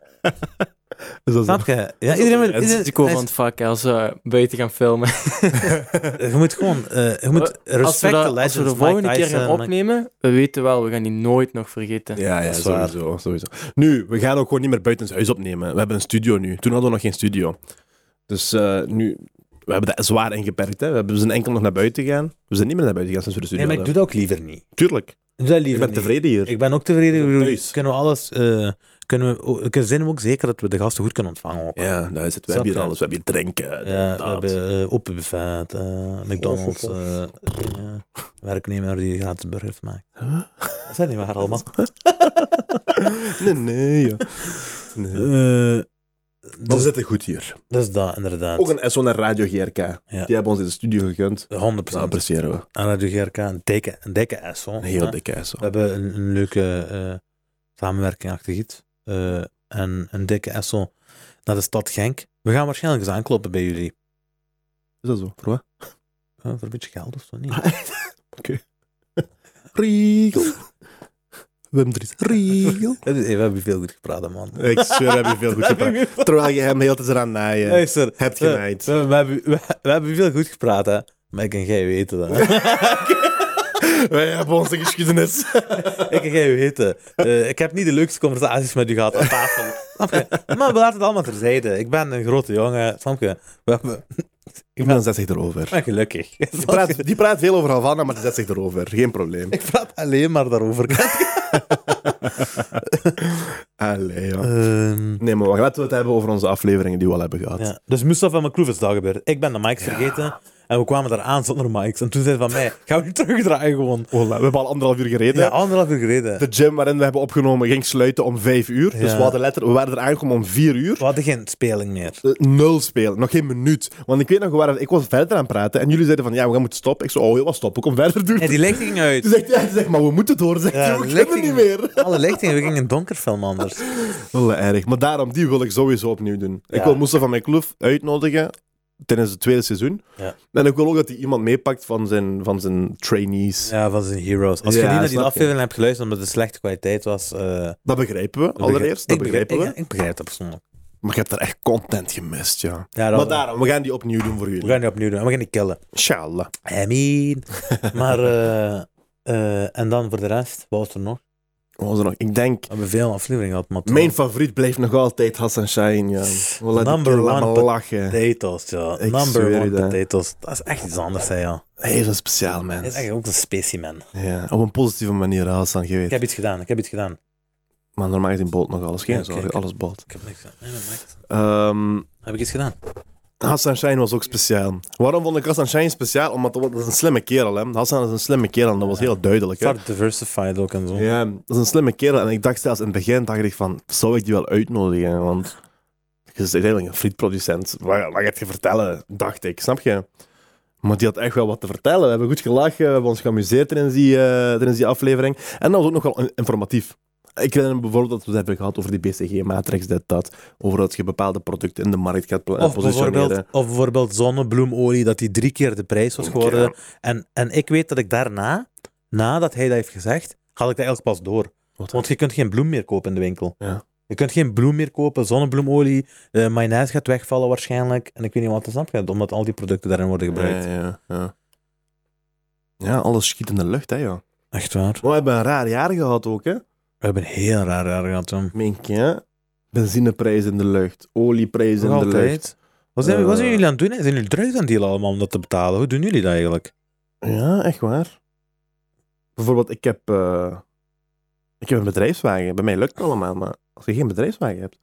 [SPEAKER 1] Is dat zo?
[SPEAKER 2] Snap je? Ja, iedereen moet...
[SPEAKER 3] Het is
[SPEAKER 2] iedereen-
[SPEAKER 3] risico van het vak als we buiten gaan filmen.
[SPEAKER 2] Je moet gewoon, uh, je moet
[SPEAKER 3] als we,
[SPEAKER 2] respect
[SPEAKER 3] dat,
[SPEAKER 2] the legends.
[SPEAKER 3] als we de
[SPEAKER 2] Mike
[SPEAKER 3] volgende keer
[SPEAKER 2] Tyson,
[SPEAKER 3] gaan
[SPEAKER 2] Mike-
[SPEAKER 3] opnemen, we weten wel, we gaan die nooit nog vergeten.
[SPEAKER 1] Ja, ja,
[SPEAKER 2] Dat is waar.
[SPEAKER 1] sowieso, sowieso. Nu, we gaan ook gewoon niet meer buiten het huis opnemen. We hebben een studio nu. Toen hadden we nog geen studio. Dus uh, nu... We hebben dat zwaar ingeperkt. Hè. We, hebben, we zijn enkel nog naar buiten gegaan. We zijn niet meer naar buiten gegaan sinds we de studio
[SPEAKER 2] Nee, maar ik doe
[SPEAKER 1] hadden.
[SPEAKER 2] dat ook liever niet.
[SPEAKER 1] Tuurlijk.
[SPEAKER 2] Ik doe dat
[SPEAKER 1] Ik
[SPEAKER 2] liever
[SPEAKER 1] ben
[SPEAKER 2] niet.
[SPEAKER 1] tevreden hier.
[SPEAKER 2] Ik ben ook tevreden. Ik bedoel,
[SPEAKER 1] Thuis.
[SPEAKER 2] Kunnen we alles... Uh, kunnen we, we kunnen- zijn we ook zeker dat we de gasten goed kunnen ontvangen ook.
[SPEAKER 1] Ja, daar is het. We
[SPEAKER 2] Snap
[SPEAKER 1] hebben hier
[SPEAKER 2] je?
[SPEAKER 1] alles. We hebben hier drinken.
[SPEAKER 2] Ja,
[SPEAKER 1] dat.
[SPEAKER 2] we hebben uh, open buffet, uh, McDonald's, uh, dingen, werknemer die gratis burgers maakt. Dat zijn niet waar allemaal.
[SPEAKER 1] Nee, nee, ja. Nee.
[SPEAKER 2] Uh,
[SPEAKER 1] We
[SPEAKER 2] dus,
[SPEAKER 1] zitten goed hier.
[SPEAKER 2] dus dat, inderdaad.
[SPEAKER 1] Ook een S O naar Radio G R K.
[SPEAKER 2] Ja.
[SPEAKER 1] Die hebben ons in de studio gegund.
[SPEAKER 2] honderd
[SPEAKER 1] Dat
[SPEAKER 2] procent.
[SPEAKER 1] appreciëren we.
[SPEAKER 2] En Radio G R K, een dikke, een dikke S O.
[SPEAKER 1] Een heel
[SPEAKER 2] hè.
[SPEAKER 1] dikke S O.
[SPEAKER 2] We hebben een, een leuke uh, samenwerking achter iets. Uh, en een dikke S O naar de stad Genk. We gaan waarschijnlijk eens aankloppen bij jullie.
[SPEAKER 1] Is dat zo? Voor wat?
[SPEAKER 2] Uh, voor een beetje geld of zo, niet?
[SPEAKER 1] Oké. Riegel. Wim Dries. Riegel.
[SPEAKER 2] Hey, we hebben veel goed gepraat, man.
[SPEAKER 1] Ik zweer, we hebben veel goed gepraat. Terwijl je hem heel te eraan naaien
[SPEAKER 2] Luister,
[SPEAKER 1] hebt
[SPEAKER 2] we,
[SPEAKER 1] genaaid.
[SPEAKER 2] we, we, hebben, we, we hebben veel goed gepraat, hè. Maar ik en jij weten dat.
[SPEAKER 1] Wij hebben onze geschiedenis.
[SPEAKER 2] ik en jij weten. Uh, ik heb niet de leukste conversaties met u gehad aan tafel. Snap je? Maar we laten het allemaal terzijde. Ik ben een grote jongen, snap je? We hebben...
[SPEAKER 1] Ik ben zet zich erover.
[SPEAKER 2] Ik ben gelukkig.
[SPEAKER 1] Die praat, die praat veel over Havana, maar die zet zich erover. Geen probleem.
[SPEAKER 2] Ik praat alleen maar daarover.
[SPEAKER 1] Allee, ja.
[SPEAKER 2] um,
[SPEAKER 1] Nee, maar wacht, laten we het hebben over onze afleveringen die we al hebben gehad.
[SPEAKER 2] ja. Dus Mustafa Maklouf is dat gebeurd. Ik ben de mics vergeten. En we kwamen daar aan zonder mics. En toen zei ze van mij, gaan we nu terugdraaien gewoon.
[SPEAKER 1] Oh, we hebben al anderhalf uur gereden.
[SPEAKER 2] Ja, anderhalf uur gereden.
[SPEAKER 1] De gym waarin we hebben opgenomen ging sluiten om vijf uur. Dus
[SPEAKER 2] Ja.
[SPEAKER 1] we, hadden letter, we waren er aangekomen om vier uur.
[SPEAKER 2] We hadden geen speling meer.
[SPEAKER 1] Uh, Nul spelen, nog geen minuut. Want ik weet nog, we waren, ik was verder aan het praten en jullie zeiden van ja, we gaan moeten stoppen. Ik zei, oh, je was stoppen, kom verder doen.
[SPEAKER 2] En die lichting ging uit.
[SPEAKER 1] Toen zegt ja, die zegt, maar we moeten door. Zegt,
[SPEAKER 2] Ja,
[SPEAKER 1] ja, we
[SPEAKER 2] de
[SPEAKER 1] kunnen
[SPEAKER 2] lichting-
[SPEAKER 1] niet meer.
[SPEAKER 2] Alle lichtingen, we gingen een donker film anders.
[SPEAKER 1] Wel erg, maar daarom, die wil ik sowieso opnieuw doen. Ik
[SPEAKER 2] Ja.
[SPEAKER 1] wil Mustafa Maklouf uitnodigen tijdens het tweede seizoen.
[SPEAKER 2] Ja.
[SPEAKER 1] En ik wil ook dat hij iemand meepakt van zijn, van zijn trainees.
[SPEAKER 2] Ja, van zijn heroes. Als je
[SPEAKER 1] Ja,
[SPEAKER 2] niet naar die
[SPEAKER 1] snap je.
[SPEAKER 2] aflevering hebt geluisterd omdat het de slechte kwaliteit was... uh,
[SPEAKER 1] Dat begrijpen we, allereerst. Dat
[SPEAKER 2] ik
[SPEAKER 1] begrijpen we.
[SPEAKER 2] Ik, ik begrijp dat persoonlijk.
[SPEAKER 1] Maar je hebt er echt content gemist, ja.
[SPEAKER 2] Ja, dat-
[SPEAKER 1] Maar daarom, we gaan die opnieuw doen voor
[SPEAKER 2] We
[SPEAKER 1] jullie.
[SPEAKER 2] gaan die opnieuw doen en we gaan die killen.
[SPEAKER 1] Inshallah.
[SPEAKER 2] I mean... maar... Uh, uh, en dan voor de rest, wat was er nog?
[SPEAKER 1] Wat was er nog? Ik denk...
[SPEAKER 2] We hebben veel afleveringen gehad, maar... toch-
[SPEAKER 1] Mijn favoriet blijft nog altijd Hassan Shaheen, ja. Voilà, die
[SPEAKER 2] Number
[SPEAKER 1] kerel laat
[SPEAKER 2] one
[SPEAKER 1] me lachen.
[SPEAKER 2] Potatoes, ja.
[SPEAKER 1] Ik
[SPEAKER 2] Number
[SPEAKER 1] zweer
[SPEAKER 2] one
[SPEAKER 1] je dat.
[SPEAKER 2] potatoes. Dat is echt iets anders, hè, ja.
[SPEAKER 1] Hij is een speciaal
[SPEAKER 2] Hij is
[SPEAKER 1] mens.
[SPEAKER 2] eigenlijk ook een specimen.
[SPEAKER 1] Ja, op een positieve manier, Hassan, je weet.
[SPEAKER 2] Ik heb iets gedaan, ik heb iets gedaan.
[SPEAKER 1] Maar normaal is in boot nog alles. Geen
[SPEAKER 2] Ja,
[SPEAKER 1] zorgen,
[SPEAKER 2] kijk.
[SPEAKER 1] alles boot.
[SPEAKER 2] Ik heb niks gedaan. Nee, nee, niks.
[SPEAKER 1] Ehm
[SPEAKER 2] Heb ik iets gedaan?
[SPEAKER 1] Hassan Shaheen was ook speciaal. Waarom vond ik Hassan Shaheen speciaal? Omdat dat is een slimme kerel, hè. Hassan is een slimme kerel en dat was heel duidelijk, hè.
[SPEAKER 2] Start diversified ook en zo.
[SPEAKER 1] Ja, dat is een slimme kerel. En ik dacht zelfs in het begin, dacht ik van, zou ik die wel uitnodigen? Want je is uiteindelijk een frietproducent. Wat, wat gaat je vertellen? Dacht ik, snap je? Maar die had echt wel wat te vertellen. We hebben goed gelachen, we hebben ons geamuseerd tijdens die, uh, tijdens die aflevering. En dat was ook nog wel in- informatief. Ik herinner me bijvoorbeeld dat we het hebben gehad over die B C G-matrix, dit, dat. Over dat je bepaalde producten in de markt gaat pla-
[SPEAKER 2] Of
[SPEAKER 1] positioneren.
[SPEAKER 2] bijvoorbeeld, of bijvoorbeeld zonnebloemolie, dat die drie keer de prijs was geworden.
[SPEAKER 1] Ja.
[SPEAKER 2] En, en ik weet dat ik daarna, nadat hij dat heeft gezegd, had ik dat eigenlijk pas door.
[SPEAKER 1] Wat?
[SPEAKER 2] Want je kunt geen bloem meer kopen in de winkel.
[SPEAKER 1] Ja.
[SPEAKER 2] Je kunt geen bloem meer kopen, zonnebloemolie, uh, mayonaise gaat wegvallen waarschijnlijk. En ik weet niet wat er snap gaat, omdat al die producten daarin worden gebruikt.
[SPEAKER 1] Ja, ja, ja. Ja, alles schiet in de lucht, hè, ja.
[SPEAKER 2] Echt waar.
[SPEAKER 1] Maar we hebben een raar jaar gehad ook, hè.
[SPEAKER 2] We hebben een heel raar jaar gehad, Tom.
[SPEAKER 1] Meen je, hè? Benzineprijs in de lucht, olieprijs in
[SPEAKER 2] Nog
[SPEAKER 1] de lucht.
[SPEAKER 2] altijd. Wat zijn,
[SPEAKER 1] Uh,
[SPEAKER 2] wat zijn jullie aan het doen? Zijn jullie drugs aan het dealen allemaal om dat te betalen? Hoe doen jullie dat eigenlijk?
[SPEAKER 1] Ja, echt waar. Bijvoorbeeld, ik heb, uh, ik heb een bedrijfswagen. Bij mij lukt het allemaal, maar als je geen bedrijfswagen hebt...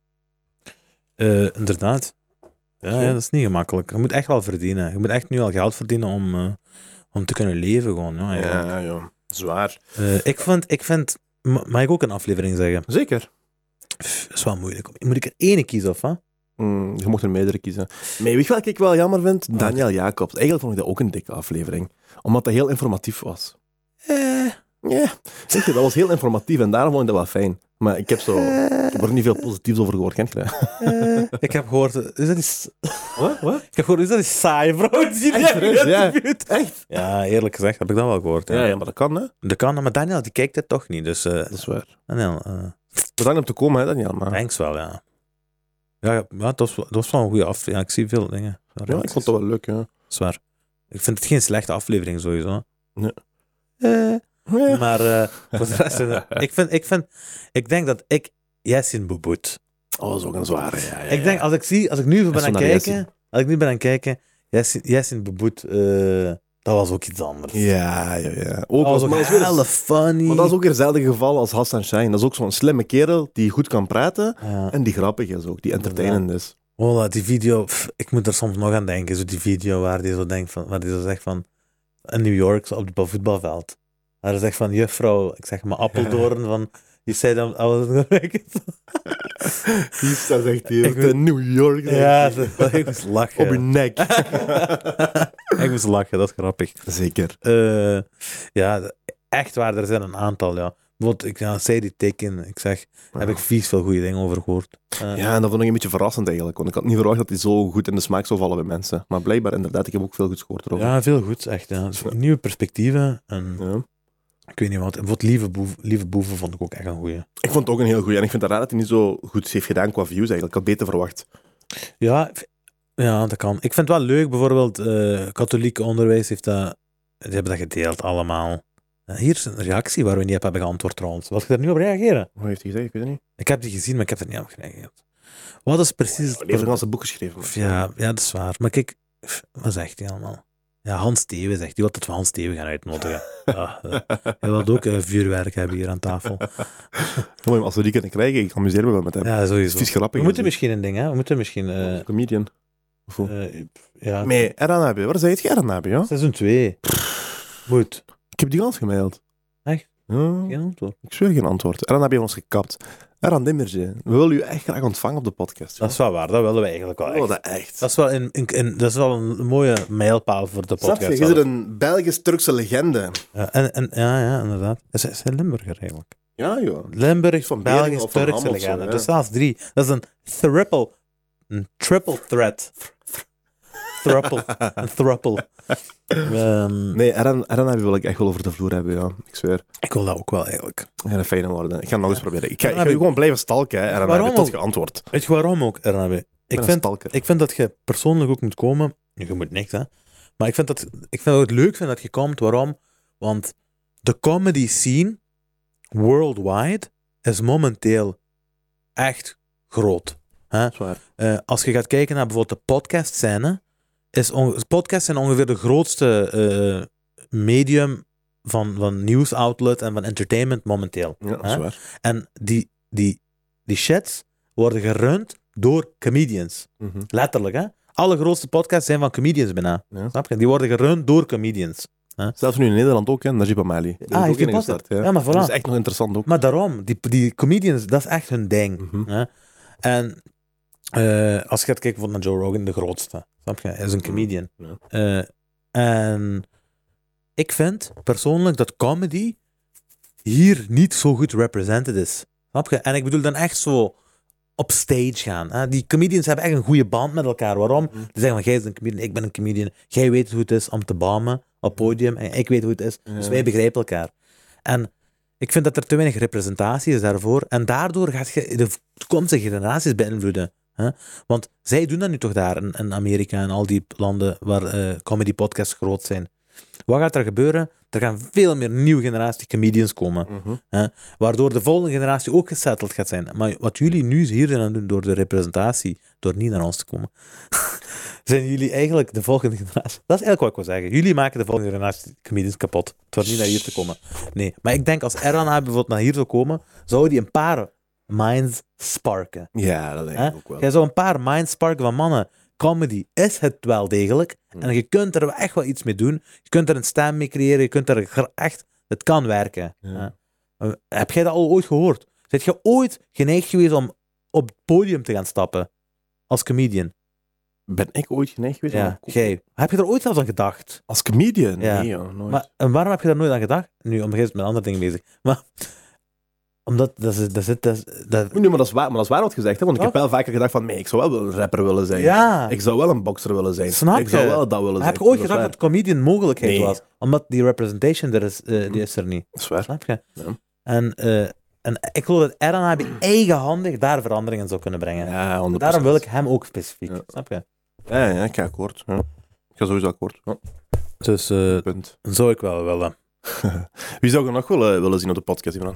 [SPEAKER 2] Uh, inderdaad. Ja, ja, dat is niet gemakkelijk. Je moet echt wel verdienen. Je moet echt nu al geld verdienen om, uh, om te kunnen leven gewoon. Ja,
[SPEAKER 1] ja, ja. Zwaar.
[SPEAKER 2] Uh, ik vind, ik vind... Mag ik ook een aflevering zeggen?
[SPEAKER 1] Zeker.
[SPEAKER 2] Pff, dat is wel moeilijk. Moet ik er ene kiezen of wat?
[SPEAKER 1] Mm, je mocht er meerdere kiezen. Maar weet je wat ik wel jammer vind? Daniel Jacobs. Eigenlijk vond ik dat ook een dikke aflevering. Omdat dat heel informatief was.
[SPEAKER 2] Eh...
[SPEAKER 1] Ja, zeg je, dat was heel informatief en daarom vond ik dat wel fijn. Maar ik heb, zo, ik heb er niet veel positiefs over gehoord, kent je dat?
[SPEAKER 2] Uh, ik heb gehoord... Is dat die...
[SPEAKER 1] Wat? Wat?
[SPEAKER 2] Ik heb gehoord, is dat die saai vrouw? Die
[SPEAKER 1] echt, rust, ja. Echt?
[SPEAKER 2] Ja, eerlijk gezegd heb ik dat wel gehoord.
[SPEAKER 1] Ja, ja, ja maar dat kan, hè?
[SPEAKER 2] Dat kan, maar Daniel die kijkt het toch niet, dus... Uh,
[SPEAKER 1] dat is waar.
[SPEAKER 2] Daniel... Uh,
[SPEAKER 1] Bedankt om te komen, hè, Daniel. Maar...
[SPEAKER 2] Thanks wel, ja. Ja, ja dat, was, dat was wel een goede aflevering. Ja, ik zie veel dingen.
[SPEAKER 1] Ja, ik vond het wel leuk, ja.
[SPEAKER 2] Zwaar. Ik vind het geen slechte aflevering, sowieso.
[SPEAKER 1] Nee.
[SPEAKER 2] Uh,
[SPEAKER 1] Ja.
[SPEAKER 2] Maar uh, voor de rest, uh, ik, vind, ik, vind, ik denk dat ik Yasin Boubout.
[SPEAKER 1] Oh, dat is ook een zware. Ja, ja, ja.
[SPEAKER 2] Ik denk, als ik zie, als ik nu ben aan het kijken, als ik nu ben aan het kijken, Yasin, Yasin Boubout, uh, dat was ook iets anders.
[SPEAKER 1] Ja, ja, ja. Ook,
[SPEAKER 2] dat was ook heel funny.
[SPEAKER 1] Maar dat is ook weer hetzelfde geval als Hassan Shine. Dat is ook zo'n slimme kerel die goed kan praten
[SPEAKER 2] ja.
[SPEAKER 1] en die grappig is ook, die entertainend
[SPEAKER 2] ja.
[SPEAKER 1] is.
[SPEAKER 2] Oh, die video, pff, ik moet er soms nog aan denken, zo die video waar die zo denkt van, waar die zo zegt van, in New York, zo op het voetbalveld. Hij zegt van, juffrouw, ik zeg maar Appeldoorn, van, je zei dan, I was
[SPEAKER 1] Die staat echt hier in New York.
[SPEAKER 2] Ja, ik moest lachen.
[SPEAKER 1] Op je nek.
[SPEAKER 2] Ik moest lachen, dat is grappig.
[SPEAKER 1] Zeker.
[SPEAKER 2] Uh, ja, echt waar, er zijn een aantal, ja. Bijvoorbeeld, ik ja, zei die teken, ik zeg, ja. heb ik vies veel goede dingen over gehoord. Uh,
[SPEAKER 1] ja, en dat vond ik een beetje verrassend eigenlijk, want ik had niet verwacht dat hij zo goed in de smaak zou vallen bij mensen. Maar blijkbaar inderdaad, ik heb ook veel goed gehoord erover.
[SPEAKER 2] Ja, veel goed, echt. Ja. Dus nieuwe perspectieven en...
[SPEAKER 1] Ja.
[SPEAKER 2] Ik weet niet wat. Bijvoorbeeld Lieve Boeven, Lieve Boeven vond ik ook echt een goeie.
[SPEAKER 1] Ik vond het ook een heel goeie. En ik vind het raar dat hij niet zo goed heeft gedaan qua views eigenlijk. Ik had beter verwacht.
[SPEAKER 2] Ja, ja dat kan. Ik vind het wel leuk. Bijvoorbeeld, uh, katholieke onderwijs heeft dat... Die hebben dat gedeeld allemaal. Uh, hier is een reactie waar we niet op hebben geantwoord trouwens. Wil je daar nu op reageren?
[SPEAKER 1] Wat heeft hij gezegd? Ik weet het niet.
[SPEAKER 2] Ik heb die gezien, maar ik heb er niet op gereageerd. Wat is precies...
[SPEAKER 1] Hij heeft een ganse boek geschreven. Maar.
[SPEAKER 2] Ja, ja, dat is waar. Maar kijk, wat zegt hij allemaal? Ja, Hans Theeuwen zegt, die wil dat we Hans Theeuwen gaan uitnodigen. Ja, uh, hij wil ook uh, vuurwerk hebben hier aan tafel.
[SPEAKER 1] Ja, als we die kunnen krijgen, ik amuseer me wel met hem.
[SPEAKER 2] Ja, sowieso.
[SPEAKER 1] Het is grappig.
[SPEAKER 2] We moeten misschien een ding, hè. We moeten misschien... Uh,
[SPEAKER 1] comedian. Of hoe?
[SPEAKER 2] Uh, ja.
[SPEAKER 1] Nee, Eranabi. Waar zei je Eranabi, ja?
[SPEAKER 2] Seizoen twee. Moet.
[SPEAKER 1] Ik heb die gans gemaild.
[SPEAKER 2] Echt?
[SPEAKER 1] Ja.
[SPEAKER 2] Geen antwoord?
[SPEAKER 1] Ik zweer geen antwoord. Eranabi heeft ons gekapt. Eran Dimmerje, we willen u echt graag ontvangen op de podcast.
[SPEAKER 2] Dat is wel waar, dat willen we eigenlijk wel echt.
[SPEAKER 1] Oh, dat echt.
[SPEAKER 2] Dat is wel een, een, een, dat is wel een mooie mijlpaal voor de podcast.
[SPEAKER 1] Snap je? Je zit een Belgisch-Turkse legende.
[SPEAKER 2] Ja, en, en, ja, ja, inderdaad. Hij is een Limburger eigenlijk.
[SPEAKER 1] Ja, joh.
[SPEAKER 2] Limburg,
[SPEAKER 1] van
[SPEAKER 2] Belgisch, Turkse legende.
[SPEAKER 1] Zo, ja.
[SPEAKER 2] Dus zelfs drie. Dat is een triple, een triple threat. Thruple. Een thruple. Um,
[SPEAKER 1] nee, Eran, Eran wil ik echt wel over de vloer hebben, ja. Ik zweer.
[SPEAKER 2] Ik wil dat ook wel, eigenlijk.
[SPEAKER 1] Ja, een fijne worden. Ik ga het nog eens proberen. Ik ga, ik ga je gewoon blijven stalken, hè, Eran, heb je tot geantwoord.
[SPEAKER 2] Weet je waarom ook, Ernabe? Ik vind, ik vind dat je persoonlijk ook moet komen. Je moet niks, hè. Maar ik vind dat ik vind dat het leuk vind dat je komt. Waarom? Want de comedy scene worldwide is momenteel echt groot. Hè? Uh, als je gaat kijken naar bijvoorbeeld de podcast scène, is on- podcasts zijn ongeveer de grootste uh, medium van, van nieuwsoutlet en van entertainment momenteel.
[SPEAKER 1] Ja, dat is waar.
[SPEAKER 2] En die, die, die shits worden gerund door comedians.
[SPEAKER 1] Mm-hmm.
[SPEAKER 2] Letterlijk, hè? Alle grootste podcasts zijn van comedians bijna.
[SPEAKER 1] Ja.
[SPEAKER 2] Snap je? Die worden gerund door comedians. Hè?
[SPEAKER 1] Zelfs nu in Nederland ook, hè, Najib Amali.
[SPEAKER 2] Ah,
[SPEAKER 1] is
[SPEAKER 2] heeft
[SPEAKER 1] ook
[SPEAKER 2] die
[SPEAKER 1] gestart. Ja.
[SPEAKER 2] Ja, maar voilà.
[SPEAKER 1] Dat is echt nog interessant ook.
[SPEAKER 2] Maar daarom, die, die comedians, dat is echt hun ding.
[SPEAKER 1] Mm-hmm.
[SPEAKER 2] Hè? En uh, als je gaat kijken naar Joe Rogan, de grootste. Snap je? Hij is een comedian.
[SPEAKER 1] Ja.
[SPEAKER 2] Uh, en ik vind persoonlijk dat comedy hier niet zo goed represented is. Snap je? En ik bedoel dan echt zo op stage gaan. Hè? Die comedians hebben echt een goede band met elkaar. Waarom? Die zeggen van, jij bent een comedian, ik ben een comedian. Jij weet hoe het is om te balmen op podium en ik weet hoe het is. Dus wij begrijpen elkaar. En ik vind dat er te weinig representatie is daarvoor. En daardoor gaat je de toekomstige generaties beïnvloeden. Hè? Want zij doen dat nu toch daar, in, in Amerika en al die landen waar uh, comedy podcasts groot zijn. Wat gaat er gebeuren? Er gaan veel meer nieuwe generatie comedians komen.
[SPEAKER 1] Mm-hmm.
[SPEAKER 2] Hè? Waardoor de volgende generatie ook gesetteld gaat zijn. Maar wat jullie nu hier zijn aan het doen door de representatie, door niet naar ons te komen, zijn jullie eigenlijk de volgende generatie. Dat is eigenlijk wat ik wil zeggen. Jullie maken de volgende generatie comedians kapot. Door niet naar hier te komen. Nee, maar ik denk als Erana bijvoorbeeld naar hier zou komen, zou die een paar minds sparken.
[SPEAKER 1] Ja, dat denk
[SPEAKER 2] Hè?
[SPEAKER 1] ik ook wel.
[SPEAKER 2] Jij zou een paar minds sparken van mannen. Comedy is het wel degelijk.
[SPEAKER 1] Hmm.
[SPEAKER 2] En je kunt er echt wel iets mee doen. Je kunt er een stem mee creëren. Je kunt er gr- echt... Het kan werken.
[SPEAKER 1] Ja.
[SPEAKER 2] Hè? Uh, Heb jij dat al ooit gehoord? Zet je ooit geneigd geweest om op het podium te gaan stappen? Als comedian?
[SPEAKER 1] Ben ik ooit geneigd geweest?
[SPEAKER 2] Ja,
[SPEAKER 1] om-
[SPEAKER 2] jij. Heb je er ooit zelfs aan gedacht?
[SPEAKER 1] Als comedian?
[SPEAKER 2] Ja.
[SPEAKER 1] Nee, joh, nooit.
[SPEAKER 2] Maar, en waarom heb je daar nooit aan gedacht? Nu, om begin met andere dingen bezig. Maar... Omdat... Dat is, dat is, dat is, dat...
[SPEAKER 1] Nee, maar dat is waar, maar dat is waar wat gezegd, hè? Want ik heb
[SPEAKER 2] Toch?
[SPEAKER 1] wel vaker gedacht van, nee, ik zou wel een rapper willen zijn.
[SPEAKER 2] Ja.
[SPEAKER 1] Ik zou wel een bokser willen zijn.
[SPEAKER 2] Snap
[SPEAKER 1] ik zou
[SPEAKER 2] je?
[SPEAKER 1] wel dat willen zijn.
[SPEAKER 2] Heb je ooit
[SPEAKER 1] Dat is
[SPEAKER 2] gedacht dat
[SPEAKER 1] waar.
[SPEAKER 2] comedian mogelijkheid
[SPEAKER 1] Nee.
[SPEAKER 2] was? Omdat die representation er is, uh, die is er niet.
[SPEAKER 1] Dat is waar.
[SPEAKER 2] Snap je?
[SPEAKER 1] Ja.
[SPEAKER 2] En, uh, en ik geloof dat Erana eigenhandig daar veranderingen zou kunnen brengen.
[SPEAKER 1] Ja, honderd procent.
[SPEAKER 2] Daarom wil ik hem ook specifiek.
[SPEAKER 1] Ja.
[SPEAKER 2] Snap je?
[SPEAKER 1] Ja, ja, ik ga akkoord. Ja. Ik ga sowieso akkoord. Ja,
[SPEAKER 2] Dus uh,
[SPEAKER 1] punt.
[SPEAKER 2] zou ik wel willen.
[SPEAKER 1] Wie zou je nog willen, willen zien op de podcast, Ivan?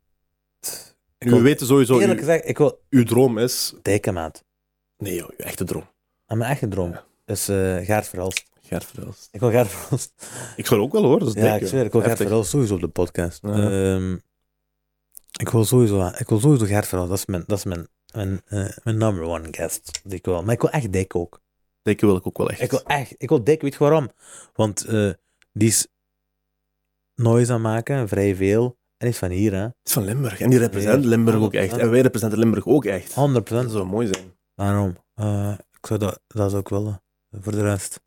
[SPEAKER 2] Ik
[SPEAKER 1] We
[SPEAKER 2] wil-
[SPEAKER 1] weten sowieso,
[SPEAKER 2] Eerlijk
[SPEAKER 1] uw,
[SPEAKER 2] gezegd, ik wil
[SPEAKER 1] uw droom is...
[SPEAKER 2] tekenmaat.
[SPEAKER 1] Nee, joh, uw echte droom.
[SPEAKER 2] En mijn echte droom
[SPEAKER 1] Ja.
[SPEAKER 2] is uh, Gert Verhulst.
[SPEAKER 1] Gert Verhulst.
[SPEAKER 2] Ik wil Gert Verhulst.
[SPEAKER 1] Ik zou ook wel hoor, dat is
[SPEAKER 2] Ja,
[SPEAKER 1] dik,
[SPEAKER 2] ik
[SPEAKER 1] joh.
[SPEAKER 2] zweer, ik wil Gert
[SPEAKER 1] Heftig.
[SPEAKER 2] Verhulst sowieso op de podcast.
[SPEAKER 1] Ja.
[SPEAKER 2] Ehm, ik wil sowieso, ik wil sowieso Gert Verhulst. Dat is mijn, dat is mijn, mijn, uh, mijn number one guest. Die ik wil. Maar ik wil echt dik ook.
[SPEAKER 1] Dikke wil ik ook wel echt.
[SPEAKER 2] Ik wil echt, ik wil dik, weet je waarom? Want uh, die is noise aan maken, vrij veel. En die is van hier, hè.
[SPEAKER 1] Het is van Limburg. En die represent
[SPEAKER 2] Ja,
[SPEAKER 1] Limburg ook
[SPEAKER 2] honderd
[SPEAKER 1] echt.
[SPEAKER 2] procent.
[SPEAKER 1] En wij representen Limburg ook echt.
[SPEAKER 2] honderd
[SPEAKER 1] Dat
[SPEAKER 2] procent.
[SPEAKER 1] zou mooi zijn.
[SPEAKER 2] Waarom? Uh, ik zou dat, dat zou ik willen. Voor de rest.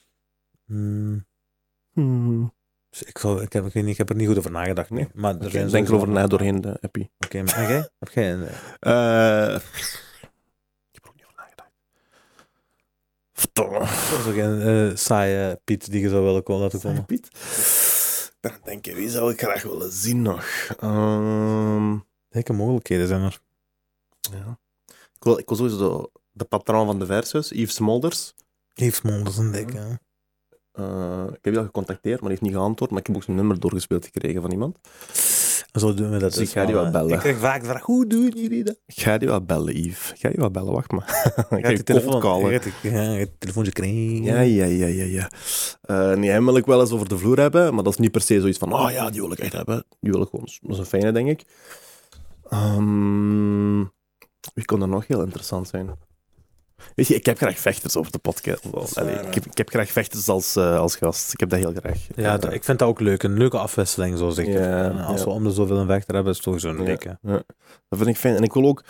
[SPEAKER 2] Hmm.
[SPEAKER 1] Hmm.
[SPEAKER 2] Dus ik, zou, ik, heb, ik, weet niet, ik heb er niet goed over nagedacht. Nee. Maar er
[SPEAKER 1] Okay,
[SPEAKER 2] zijn
[SPEAKER 1] denk
[SPEAKER 2] sowieso-
[SPEAKER 1] erover na doorheen de appie.
[SPEAKER 2] Oké, maar en jij? Heb jij een...
[SPEAKER 1] Uh, ik heb er ook niet over nagedacht. Verdomme.
[SPEAKER 2] Dat is ook een uh, saaie Piet die je zou willen komen laten komen.
[SPEAKER 1] Piet. Dan denk ik, wie zou ik graag willen zien nog? Um,
[SPEAKER 2] Welke mogelijkheden zijn er?
[SPEAKER 1] ja. ik, wil, ik wil sowieso de, de patroon van de Versus, Yves Smolders.
[SPEAKER 2] Yves Smolders een dik, hè?
[SPEAKER 1] Uh, ik heb die al gecontacteerd, maar die heeft niet geantwoord. Maar ik heb ook zijn nummer doorgespeeld gekregen van iemand.
[SPEAKER 2] Zo doen we dat.
[SPEAKER 1] Dus ik
[SPEAKER 2] dus
[SPEAKER 1] ga die
[SPEAKER 2] wel,
[SPEAKER 1] wel
[SPEAKER 2] hè.
[SPEAKER 1] bellen.
[SPEAKER 2] Ik krijg vaak de vraag, hoe doen jullie dat?
[SPEAKER 1] Ik ga die wel bellen, Yves. Ik ga die wel bellen, wacht maar. ik ga
[SPEAKER 2] Je
[SPEAKER 1] je cold callen.
[SPEAKER 2] Je gaat die- ja, je gaat het telefoontje krijgen.
[SPEAKER 1] Ja, ja, ja, ja, ja. Uh, nee, hem wil ik wel eens over de vloer hebben, maar dat is niet per se zoiets van, oh ja, die wil ik echt hebben. Die wil ik gewoon, dat is een fijne, denk ik. Um, wie kon er nog heel interessant zijn? Weet je, ik heb graag vechters op de podcast. Allee, ik, heb, ik heb graag vechters als, uh, als gast. Ik heb dat heel graag.
[SPEAKER 2] Ja,
[SPEAKER 1] Uh,
[SPEAKER 2] dat- ik vind dat ook leuk. Een leuke afwisseling, zo zeg ik.
[SPEAKER 1] Ja,
[SPEAKER 2] En als
[SPEAKER 1] ja.
[SPEAKER 2] we om de zoveel een vechter hebben, is het sowieso een
[SPEAKER 1] Ja,
[SPEAKER 2] dikke.
[SPEAKER 1] ja. Dat vind ik fijn. En ik wil ook...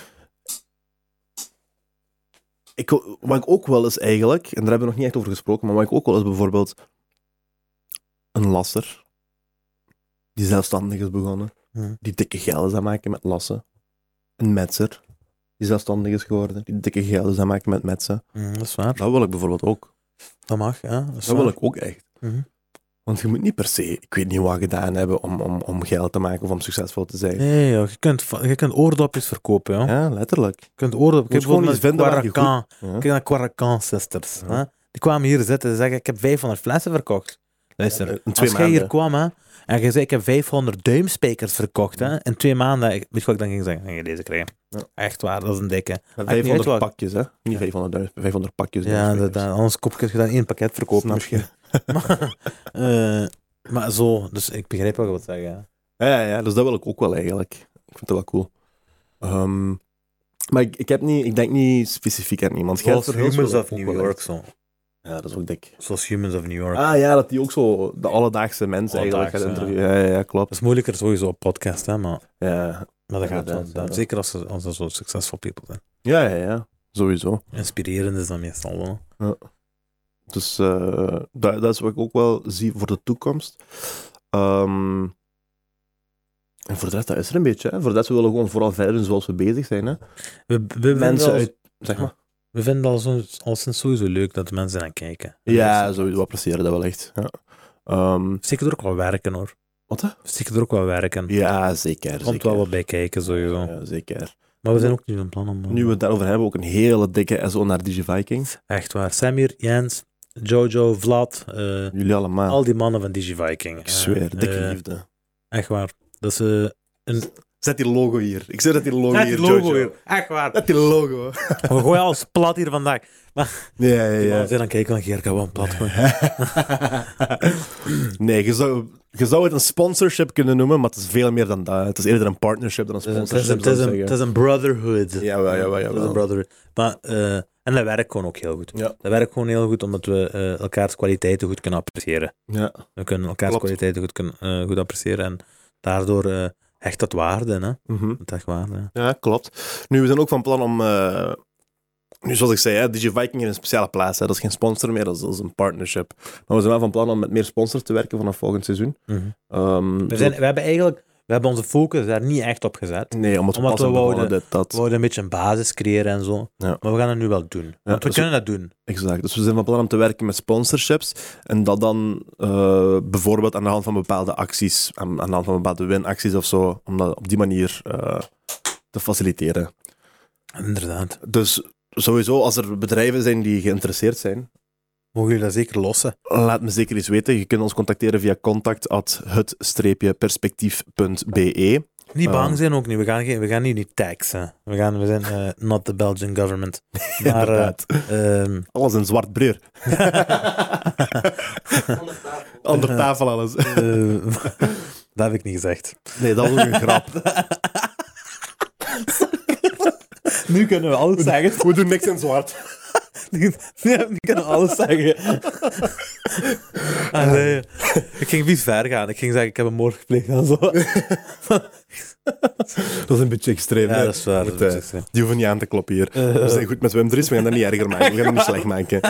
[SPEAKER 1] Ik wil, wat ik ook wel eens eigenlijk, en daar hebben we nog niet echt over gesproken, maar wat ik ook wel eens bijvoorbeeld een lasser, die zelfstandig is begonnen,
[SPEAKER 2] Hm.
[SPEAKER 1] die dikke geld is aan maken met lassen. Een metser, die zelfstandig is geworden, die dikke geld is aan maken met metsen.
[SPEAKER 2] Hm, dat is waar.
[SPEAKER 1] Dat wil ik bijvoorbeeld ook.
[SPEAKER 2] Dat mag, ja. Dat, is
[SPEAKER 1] Dat
[SPEAKER 2] waar.
[SPEAKER 1] wil ik ook echt.
[SPEAKER 2] Mhm.
[SPEAKER 1] Want je moet niet per se, ik weet niet wat gedaan hebben om, om, om geld te maken of om succesvol te zijn.
[SPEAKER 2] Nee, joh, je, kunt, va- je kunt oordopjes verkopen, joh.
[SPEAKER 1] Ja, letterlijk.
[SPEAKER 2] Je kunt oordopjes...
[SPEAKER 1] moet gewoon iets vinden waar je
[SPEAKER 2] Quarracan.
[SPEAKER 1] Ja.
[SPEAKER 2] Kijk naar Quarracan Sisters.
[SPEAKER 1] Ja.
[SPEAKER 2] Hè? Die kwamen hier zitten en zeggen, ik heb vijfhonderd flessen verkocht. Luister,
[SPEAKER 1] Ja, in
[SPEAKER 2] als
[SPEAKER 1] twee
[SPEAKER 2] jij hier
[SPEAKER 1] maanden.
[SPEAKER 2] kwam hè, en je zei, ik heb vijfhonderd duimspijkers verkocht, hè, in twee maanden, ik- weet je wat ik dan ging zeggen? Dan ging je deze krijgen.
[SPEAKER 1] Ja.
[SPEAKER 2] Echt waar, dat is een dikke.
[SPEAKER 1] Met
[SPEAKER 2] Maakt niet uit
[SPEAKER 1] vijfhonderd
[SPEAKER 2] wat-
[SPEAKER 1] pakjes, hè? Niet
[SPEAKER 2] Ja.
[SPEAKER 1] vijfhonderdduizend, vijfhonderd pakjes.
[SPEAKER 2] Ja,
[SPEAKER 1] duizend
[SPEAKER 2] inderdaad. Anders koop je dan één pakket verkopen
[SPEAKER 1] Snap
[SPEAKER 2] misschien. maar, eh, maar zo, dus ik begrijp wat je wilt zeggen. hè.
[SPEAKER 1] Ja, ja, dus dat wil ik ook wel eigenlijk. Ik vind dat wel cool. Ehm, maar ik, ik, heb niet, ik denk niet specifiek aan iemand.
[SPEAKER 2] Zoals
[SPEAKER 1] Gert Verhulst
[SPEAKER 2] Humans
[SPEAKER 1] wil ik
[SPEAKER 2] of
[SPEAKER 1] ook
[SPEAKER 2] New
[SPEAKER 1] wel
[SPEAKER 2] York,
[SPEAKER 1] echt.
[SPEAKER 2] zo.
[SPEAKER 1] Ja, dat is ook dik.
[SPEAKER 2] Zoals Humans of New York.
[SPEAKER 1] Ah ja, dat die ook zo de alledaagse mensen eigenlijk gaat
[SPEAKER 2] Alledaagse,
[SPEAKER 1] interviewen. Ja, ja, ja, klopt.
[SPEAKER 2] Dat is moeilijker sowieso op podcast, hè, maar,
[SPEAKER 1] Ja,
[SPEAKER 2] maar dat
[SPEAKER 1] Ja,
[SPEAKER 2] gaat wel.
[SPEAKER 1] dat- dat-
[SPEAKER 2] Zeker als ze, als ze zo succesvol people zijn.
[SPEAKER 1] ja, ja, ja. Sowieso.
[SPEAKER 2] Inspirerend is dat meestal wel.
[SPEAKER 1] Dus eh, dat, dat is wat ik ook wel zie voor de toekomst. Ehm, En voor de rest, dat is er een beetje. Hè. Voor de rest, we willen gewoon vooral verder doen zoals we bezig zijn. Hè.
[SPEAKER 2] We, we
[SPEAKER 1] Mensen
[SPEAKER 2] vinden
[SPEAKER 1] uit... Zeg maar.
[SPEAKER 2] We vinden het al, zo, al sinds sowieso leuk dat de mensen naar kijken.
[SPEAKER 1] Ja, sowieso appreciëren dat wel echt. Ja. Um,
[SPEAKER 2] Zeker er ook wel werken, hoor.
[SPEAKER 1] wat? Hè?
[SPEAKER 2] Zeker er ook wel werken.
[SPEAKER 1] Ja, zeker.
[SPEAKER 2] Er komt
[SPEAKER 1] zeker.
[SPEAKER 2] wel wat bij kijken, sowieso.
[SPEAKER 1] Ja, zeker.
[SPEAKER 2] Maar we zijn ook niet van plan om...
[SPEAKER 1] Nu we het daarover hebben, ook een hele dikke S O naar Digiviking.
[SPEAKER 2] Echt waar. Samir, Jens, Jojo, Vlad, uh,
[SPEAKER 1] Jullie allemaal.
[SPEAKER 2] al die mannen van Digiviking.
[SPEAKER 1] Ik zweer,
[SPEAKER 2] Uh,
[SPEAKER 1] dikke
[SPEAKER 2] uh,
[SPEAKER 1] liefde.
[SPEAKER 2] Echt waar. Dat is uh, een...
[SPEAKER 1] Zet die logo hier. Ik zeg dat die logo
[SPEAKER 2] Zet
[SPEAKER 1] hier,
[SPEAKER 2] die logo
[SPEAKER 1] Jojo.
[SPEAKER 2] hier. Echt waar.
[SPEAKER 1] Zet die logo.
[SPEAKER 2] We gooien alles plat hier vandaag. Maar
[SPEAKER 1] Ja, ja,
[SPEAKER 2] die
[SPEAKER 1] ja.
[SPEAKER 2] mannen zijn dan kijken van Geert, gewoon plat gooien.
[SPEAKER 1] Nee, je zou, je zou het een sponsorship kunnen noemen, maar het is veel meer dan dat. Het is eerder een partnership dan een
[SPEAKER 2] Het is een-
[SPEAKER 1] sponsorship.
[SPEAKER 2] het is
[SPEAKER 1] zou
[SPEAKER 2] een-
[SPEAKER 1] ik
[SPEAKER 2] het is
[SPEAKER 1] zeggen.
[SPEAKER 2] een brotherhood.
[SPEAKER 1] Jawel, jawel,
[SPEAKER 2] Het is een
[SPEAKER 1] jawel.
[SPEAKER 2] brotherhood. Maar, uh, en dat werkt gewoon ook heel goed.
[SPEAKER 1] Ja.
[SPEAKER 2] Dat werkt gewoon heel goed, omdat we uh, elkaars kwaliteiten goed kunnen appreciëren.
[SPEAKER 1] Ja.
[SPEAKER 2] We kunnen elkaars
[SPEAKER 1] Klopt.
[SPEAKER 2] kwaliteiten goed, kunnen, uh, goed appreciëren en daardoor uh, hecht dat waarde. Hè?
[SPEAKER 1] Mhm.
[SPEAKER 2] Het echt waarde.
[SPEAKER 1] Ja, klopt. Nu, we zijn ook van plan om... Uh, nu, zoals ik zei, hè, Digiviking heeft een speciale plaats. Hè. Dat is geen sponsor meer, dat is, dat is een partnership. Maar we zijn wel van plan om met meer sponsors te werken vanaf volgend seizoen.
[SPEAKER 2] Mm-hmm.
[SPEAKER 1] Um,
[SPEAKER 2] we, zijn, we hebben eigenlijk we hebben onze focus daar niet echt op gezet.
[SPEAKER 1] Nee, omdat we
[SPEAKER 2] Omdat
[SPEAKER 1] pas
[SPEAKER 2] we
[SPEAKER 1] hebben
[SPEAKER 2] wouden-
[SPEAKER 1] begonnen, dit, dat.
[SPEAKER 2] We wilden een beetje een basis creëren en zo.
[SPEAKER 1] Ja.
[SPEAKER 2] Maar we gaan het nu wel doen. Want we
[SPEAKER 1] dus-
[SPEAKER 2] kunnen dat doen.
[SPEAKER 1] Exact. Dus we zijn van plan om te werken met sponsorships en dat dan uh, bijvoorbeeld aan de hand van bepaalde acties, aan, aan de hand van bepaalde winacties of zo, om dat op die manier uh, te faciliteren.
[SPEAKER 2] Inderdaad.
[SPEAKER 1] Dus sowieso, als er bedrijven zijn die geïnteresseerd zijn,
[SPEAKER 2] Mogen jullie dat zeker lossen?
[SPEAKER 1] laat me zeker eens weten. Je kunt ons contacteren via contact at het perspectief punt b e.
[SPEAKER 2] Niet bang
[SPEAKER 1] Um,
[SPEAKER 2] zijn ook niet. We gaan, geen, we gaan niet, niet taxen. We, gaan, we zijn uh, not the Belgian government. Maar uh,
[SPEAKER 1] Inderdaad.
[SPEAKER 2] um,
[SPEAKER 1] Alles in zwart breur. Onder tafel alles.
[SPEAKER 2] uh, dat heb ik niet gezegd.
[SPEAKER 1] Nee, dat was ook een grap.
[SPEAKER 2] Nu kunnen we alles zeggen.
[SPEAKER 1] We doen niks in zwart.
[SPEAKER 2] Nu, nu kunnen we alles zeggen. Ah, nee. Ik ging niet ver gaan. Ik ging zeggen, ik heb een moord gepleegd en zo.
[SPEAKER 1] Dat is een beetje extreem.
[SPEAKER 2] Ja,
[SPEAKER 1] hè?
[SPEAKER 2] dat is waar.
[SPEAKER 1] Moet,
[SPEAKER 2] Dat is
[SPEAKER 1] eh,
[SPEAKER 2] extreem.
[SPEAKER 1] Die hoeven niet aan te kloppen hier.
[SPEAKER 2] Uh,
[SPEAKER 1] We zijn goed met Wim Dries, we gaan dat niet erger maken. We gaan het niet slecht maken.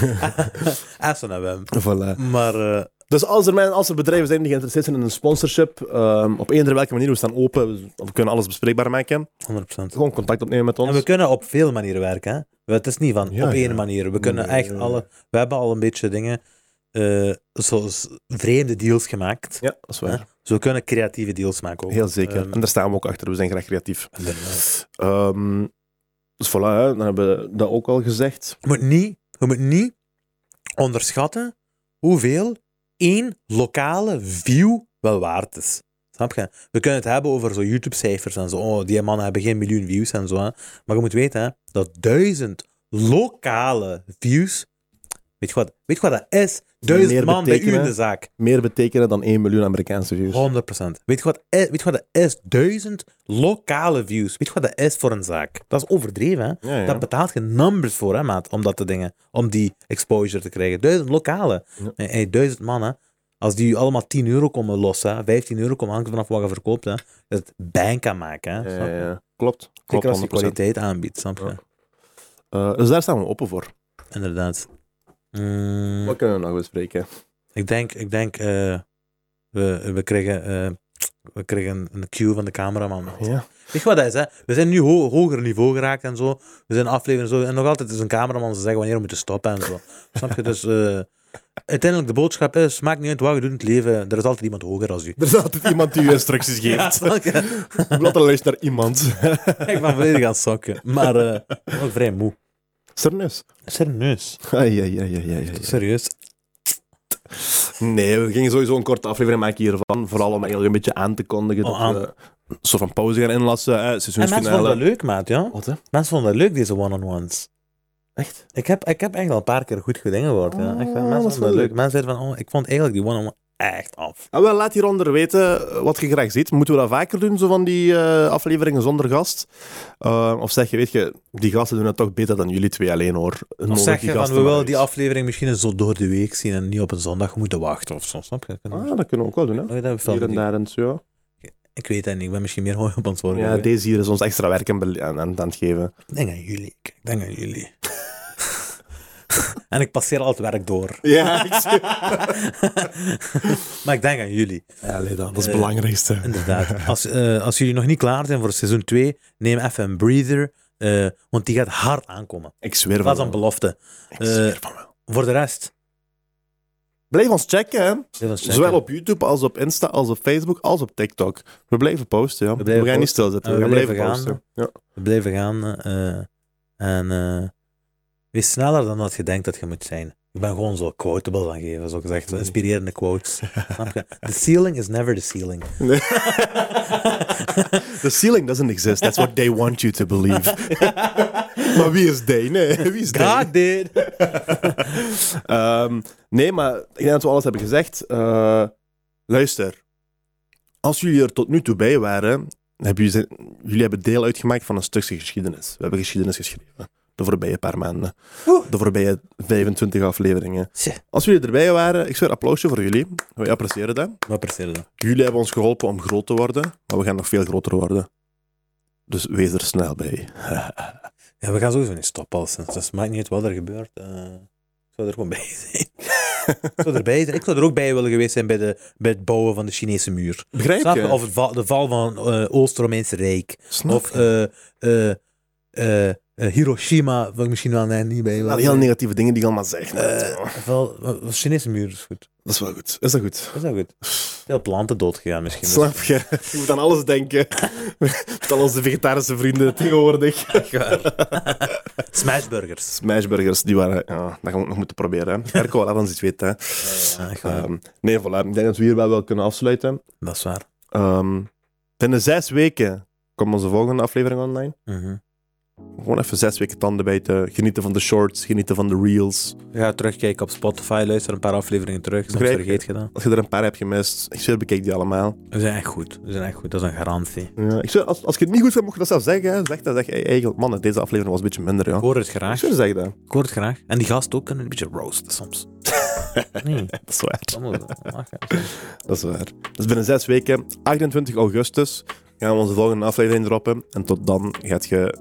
[SPEAKER 2] Essen naar Wim.
[SPEAKER 1] Voilà.
[SPEAKER 2] Maar uh,
[SPEAKER 1] Dus als er, men- als er bedrijven zijn die geïnteresseerd zijn in een sponsorship, um, op eender welke manier, we staan open, we, we kunnen alles bespreekbaar maken.
[SPEAKER 2] honderd procent.
[SPEAKER 1] Gewoon contact opnemen met ons.
[SPEAKER 2] En we kunnen op veel manieren werken. Hè? Het is niet van
[SPEAKER 1] Ja,
[SPEAKER 2] op één
[SPEAKER 1] ja.
[SPEAKER 2] manier. We kunnen
[SPEAKER 1] Nee,
[SPEAKER 2] echt
[SPEAKER 1] nee.
[SPEAKER 2] alle... We hebben al een beetje dingen... Uh, zoals vreemde deals gemaakt.
[SPEAKER 1] Ja, dat is waar.
[SPEAKER 2] Hè? Dus we kunnen creatieve deals maken ook.
[SPEAKER 1] Heel zeker.
[SPEAKER 2] Um,
[SPEAKER 1] en daar staan we ook achter. We zijn graag creatief.
[SPEAKER 2] inderdaad.
[SPEAKER 1] Um, dus voilà, hè, dan hebben we dat ook al gezegd.
[SPEAKER 2] Je moet niet, je moet niet onderschatten hoeveel één lokale view wel waard is. Snap je? We kunnen het hebben over zo YouTube-cijfers en zo. Oh, die mannen hebben geen miljoen views en zo. Hè. Maar je moet weten hè, dat duizend lokale views... Weet je wat, weet je wat dat is? Duizend
[SPEAKER 1] Meer
[SPEAKER 2] man bij u in
[SPEAKER 1] betekenen.
[SPEAKER 2] de zaak.
[SPEAKER 1] Meer betekenen dan één miljoen Amerikaanse views.
[SPEAKER 2] honderd procent. Weet je wat, is, weet je wat dat is? Duizend lokale views. Weet je wat dat is voor een zaak? Dat is overdreven, hè?
[SPEAKER 1] Ja, ja.
[SPEAKER 2] Daar betaalt je numbers voor, hè, maat, om dat te dingen. Om die exposure te krijgen. Duizend lokale.
[SPEAKER 1] Ja.
[SPEAKER 2] Hey, hey, duizend mannen. Als die allemaal tien euro komen lossen, vijftien euro komen hangen vanaf wat je verkoopt, hè, dat het bank kan maken, hè?
[SPEAKER 1] Ja,
[SPEAKER 2] Snap
[SPEAKER 1] ja,
[SPEAKER 2] je?
[SPEAKER 1] ja. Klopt. Klopt,
[SPEAKER 2] Zeker als je
[SPEAKER 1] honderd procent.
[SPEAKER 2] kwaliteit aanbiedt, snap je?
[SPEAKER 1] Ja. Uh, dus daar staan we open voor.
[SPEAKER 2] Inderdaad. Mm,
[SPEAKER 1] Wat kunnen we nog bespreken?
[SPEAKER 2] ik denk, ik denk, uh, we, we krijgen, uh, we krijgen een cue van de cameraman.
[SPEAKER 1] Ja.
[SPEAKER 2] Weet je wat dat is, hè? We zijn nu ho hoger niveau geraakt en zo. We zijn afleveren en zo. En nog altijd is een cameraman te zeggen wanneer we moeten stoppen en zo. Snap je? Dus uh, uiteindelijk de boodschap is, maakt niet uit wat je doet in het leven, er is altijd iemand hoger als u.
[SPEAKER 1] Er is altijd iemand die u instructies geeft.
[SPEAKER 2] Ja, snap je?
[SPEAKER 1] Ik wil altijd luisteren naar iemand.
[SPEAKER 2] Ik ben volledig aan het sokken. Maar uh, ook vrij moe.
[SPEAKER 1] Serieus?
[SPEAKER 2] Serieus.
[SPEAKER 1] Ai, ai, ai, ai, ai.
[SPEAKER 2] Serieus.
[SPEAKER 1] Nee, we gingen sowieso een korte aflevering maken hiervan. Vooral om eigenlijk een beetje aan te kondigen
[SPEAKER 2] Oh,
[SPEAKER 1] dat
[SPEAKER 2] aan.
[SPEAKER 1] we een soort van pauze gaan inlassen. Hè,
[SPEAKER 2] En mensen
[SPEAKER 1] seizoensfinale.
[SPEAKER 2] vonden dat leuk, maat, ja?
[SPEAKER 1] Wat, hè?
[SPEAKER 2] Mensen vonden dat leuk, deze one-on-ones.
[SPEAKER 1] Echt?
[SPEAKER 2] Ik heb, ik heb echt al een paar keer goed gedingen gehoord. Ja. Echt,
[SPEAKER 1] Oh,
[SPEAKER 2] mensen
[SPEAKER 1] dat is
[SPEAKER 2] vonden
[SPEAKER 1] wel
[SPEAKER 2] dat leuk.
[SPEAKER 1] leuk.
[SPEAKER 2] Mensen zeiden van, oh, ik vond eigenlijk die one-on-one echt af.
[SPEAKER 1] En wel, laat hieronder weten wat je graag ziet. Moeten we dat vaker doen, zo van die uh, afleveringen zonder gast? Uh, of zeg je, weet je, die gasten doen het toch beter dan jullie twee alleen, hoor.
[SPEAKER 2] Of
[SPEAKER 1] Nodig
[SPEAKER 2] zeg
[SPEAKER 1] die
[SPEAKER 2] je van,
[SPEAKER 1] gasten
[SPEAKER 2] we
[SPEAKER 1] maar
[SPEAKER 2] willen
[SPEAKER 1] uit.
[SPEAKER 2] die aflevering misschien eens zo door de week zien en niet op een zondag moeten wachten of zo, snap je?
[SPEAKER 1] Ah, dat kunnen we ook wel doen, hè.
[SPEAKER 2] Oh, dat heb ik
[SPEAKER 1] Hier en daar en zo.
[SPEAKER 2] Ik weet het niet, ik ben misschien meer hoog op ons worden.
[SPEAKER 1] Ja,
[SPEAKER 2] Ja,
[SPEAKER 1] deze hier is ons extra werk aan, aan, aan het geven.
[SPEAKER 2] ik denk aan jullie. Ik denk aan jullie. En ik passeer al het werk door.
[SPEAKER 1] Ja, ik zie-
[SPEAKER 2] Maar ik denk aan jullie.
[SPEAKER 1] ja nee, dat, dat is het
[SPEAKER 2] Eh,
[SPEAKER 1] belangrijkste.
[SPEAKER 2] Inderdaad. Als, uh, als jullie nog niet klaar zijn voor seizoen twee, neem even een breather. Uh, want die gaat hard aankomen.
[SPEAKER 1] Ik zweer van
[SPEAKER 2] Dat is een
[SPEAKER 1] wel.
[SPEAKER 2] belofte.
[SPEAKER 1] Ik
[SPEAKER 2] Uh,
[SPEAKER 1] zweer van wel.
[SPEAKER 2] voor de rest.
[SPEAKER 1] Blijf ons checken, hè.
[SPEAKER 2] Even checken.
[SPEAKER 1] Zowel op YouTube als op Insta, als op Facebook, als op TikTok. We blijven posten, ja. We,
[SPEAKER 2] blijven
[SPEAKER 1] gaan niet
[SPEAKER 2] posten.
[SPEAKER 1] stilzitten.
[SPEAKER 2] En
[SPEAKER 1] We,
[SPEAKER 2] we
[SPEAKER 1] gaan blijven
[SPEAKER 2] blijven gaan.
[SPEAKER 1] posten. Ja.
[SPEAKER 2] We blijven gaan. Uh, en uh, wees sneller dan dat je denkt dat je moet zijn. Ik ben gewoon zo quotable aan geven, zo gezegd. Zo inspirerende quotes. Snap je? The ceiling is never the ceiling.
[SPEAKER 1] Nee. The ceiling doesn't exist. That's what they want you to believe. Maar wie is they? Nee, wie is they?
[SPEAKER 2] God did.
[SPEAKER 1] um, nee, maar ik denk dat we alles hebben gezegd. Uh, luister. Als jullie er tot nu toe bij waren, hebben jullie, jullie hebben deel uitgemaakt van een stukje geschiedenis. We hebben geschiedenis geschreven. De voorbije paar maanden.
[SPEAKER 2] Oeh.
[SPEAKER 1] De voorbije vijfentwintig afleveringen.
[SPEAKER 2] Tje.
[SPEAKER 1] Als jullie erbij waren, ik zweer applausje voor jullie. Wij appreciëren dat.
[SPEAKER 2] Wat presteerde dat?
[SPEAKER 1] Jullie hebben ons geholpen om groot te worden, maar we gaan nog veel groter worden. Dus wees er snel bij.
[SPEAKER 2] Ja, we gaan sowieso niet stoppen. Als, dus het maakt niet uit wat er gebeurt. Uh, ik zou er gewoon bij zijn. ik zou erbij zijn. Ik zou er ook bij willen geweest zijn bij, de, bij het bouwen van de Chinese muur.
[SPEAKER 1] Begrijp
[SPEAKER 2] Snap je?
[SPEAKER 1] je?
[SPEAKER 2] Of het val, de val van uh, Oost-Romeinse Rijk.
[SPEAKER 1] Snap
[SPEAKER 2] Of
[SPEAKER 1] je?
[SPEAKER 2] uh, uh, uh, uh, Hiroshima, wat ik misschien wel nee, niet bij wil
[SPEAKER 1] Al
[SPEAKER 2] zijn.
[SPEAKER 1] heel negatieve dingen die ik allemaal zeg.
[SPEAKER 2] Uh, wel, uh, Chinese muur is goed.
[SPEAKER 1] Dat is wel goed. Is dat goed?
[SPEAKER 2] Is dat goed? Veel planten doodgegaan misschien.
[SPEAKER 1] Snap je? Je moet aan alles denken. Met al onze vegetarische vrienden tegenwoordig.
[SPEAKER 2] Smashburgers.
[SPEAKER 1] Smashburgers, die waren... Ja, dat gaan we ook nog moeten proberen. Hè. Erko, laat ons iets weten. Hè.
[SPEAKER 2] Ja, echt waar.
[SPEAKER 1] Um, nee, voilà. Ik denk dat we hier wel wel kunnen afsluiten.
[SPEAKER 2] Dat is waar.
[SPEAKER 1] Um, binnen zes weken komt onze volgende aflevering online.
[SPEAKER 2] Mm-hmm.
[SPEAKER 1] Gewoon even zes weken tanden bijten. Genieten van de shorts, genieten van de reels.
[SPEAKER 2] Ga terugkijken op Spotify, luister een paar afleveringen terug. Soms
[SPEAKER 1] Begrijp je?
[SPEAKER 2] vergeet je dat.
[SPEAKER 1] Als je er een paar hebt gemist, ik zweer, bekijk die allemaal.
[SPEAKER 2] We zijn echt goed. We zijn echt goed. Dat is een garantie.
[SPEAKER 1] Ja, ik zweer, als, als je het niet goed vindt, mocht je dat zelf zeggen. Hè. Zeg dat. Zeg, hey, eigenlijk, man, deze aflevering was een beetje minder. Ja.
[SPEAKER 2] Ik hoor het
[SPEAKER 1] Ik
[SPEAKER 2] graag.
[SPEAKER 1] zweer, zeg dat.
[SPEAKER 2] Ik hoor het graag. En die gast ook kunnen een beetje roosten soms. Nee,
[SPEAKER 1] Dat is waar.
[SPEAKER 2] dat moet wel. Lachen.
[SPEAKER 1] Dat is waar. Dus binnen zes weken, achtentwintig augustus, gaan we onze volgende aflevering droppen. En tot dan gaat je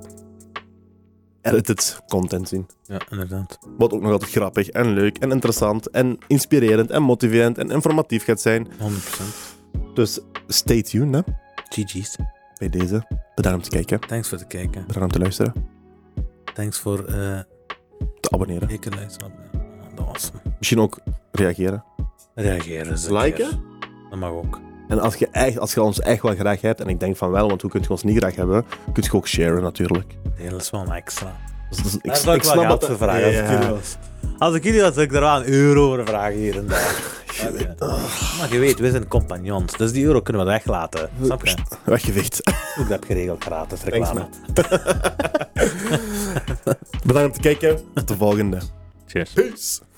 [SPEAKER 1] edited content zien.
[SPEAKER 2] Ja, inderdaad.
[SPEAKER 1] Wat ook nog altijd grappig en leuk en interessant en inspirerend en motiverend en informatief gaat zijn.
[SPEAKER 2] honderd procent.
[SPEAKER 1] Dus stay tuned, hè.
[SPEAKER 2] G G's.
[SPEAKER 1] Bij deze. Bedankt om te kijken.
[SPEAKER 2] Thanks voor het kijken.
[SPEAKER 1] Bedankt om te luisteren.
[SPEAKER 2] Thanks voor uh,
[SPEAKER 1] Te abonneren.
[SPEAKER 2] ik luisteren. Dat was
[SPEAKER 1] Misschien ook reageren.
[SPEAKER 2] reageren. eens een
[SPEAKER 1] Liken?
[SPEAKER 2] keer. Dat mag ook.
[SPEAKER 1] En als je, echt, als je ons echt wel graag hebt, en ik denk van wel, want hoe kun je ons niet graag hebben, kun je ook sharen natuurlijk.
[SPEAKER 2] Nee, dat is wel een extra.
[SPEAKER 1] Dus, dus,
[SPEAKER 2] Daar zou ik, wel geld voor vragen. Als, ik jullie was. als ik jullie was, zou ik er wel een euro voor vragen hier en daar.
[SPEAKER 1] Je weet, oh.
[SPEAKER 2] Maar je weet, we zijn compagnons. Dus die euro kunnen we weglaten. Snap je?
[SPEAKER 1] Weggeveegd.
[SPEAKER 2] Ook dat heb geregeld gratis reclame.
[SPEAKER 1] Bedankt om te kijken. Tot de volgende.
[SPEAKER 2] Cheers.
[SPEAKER 1] Peace.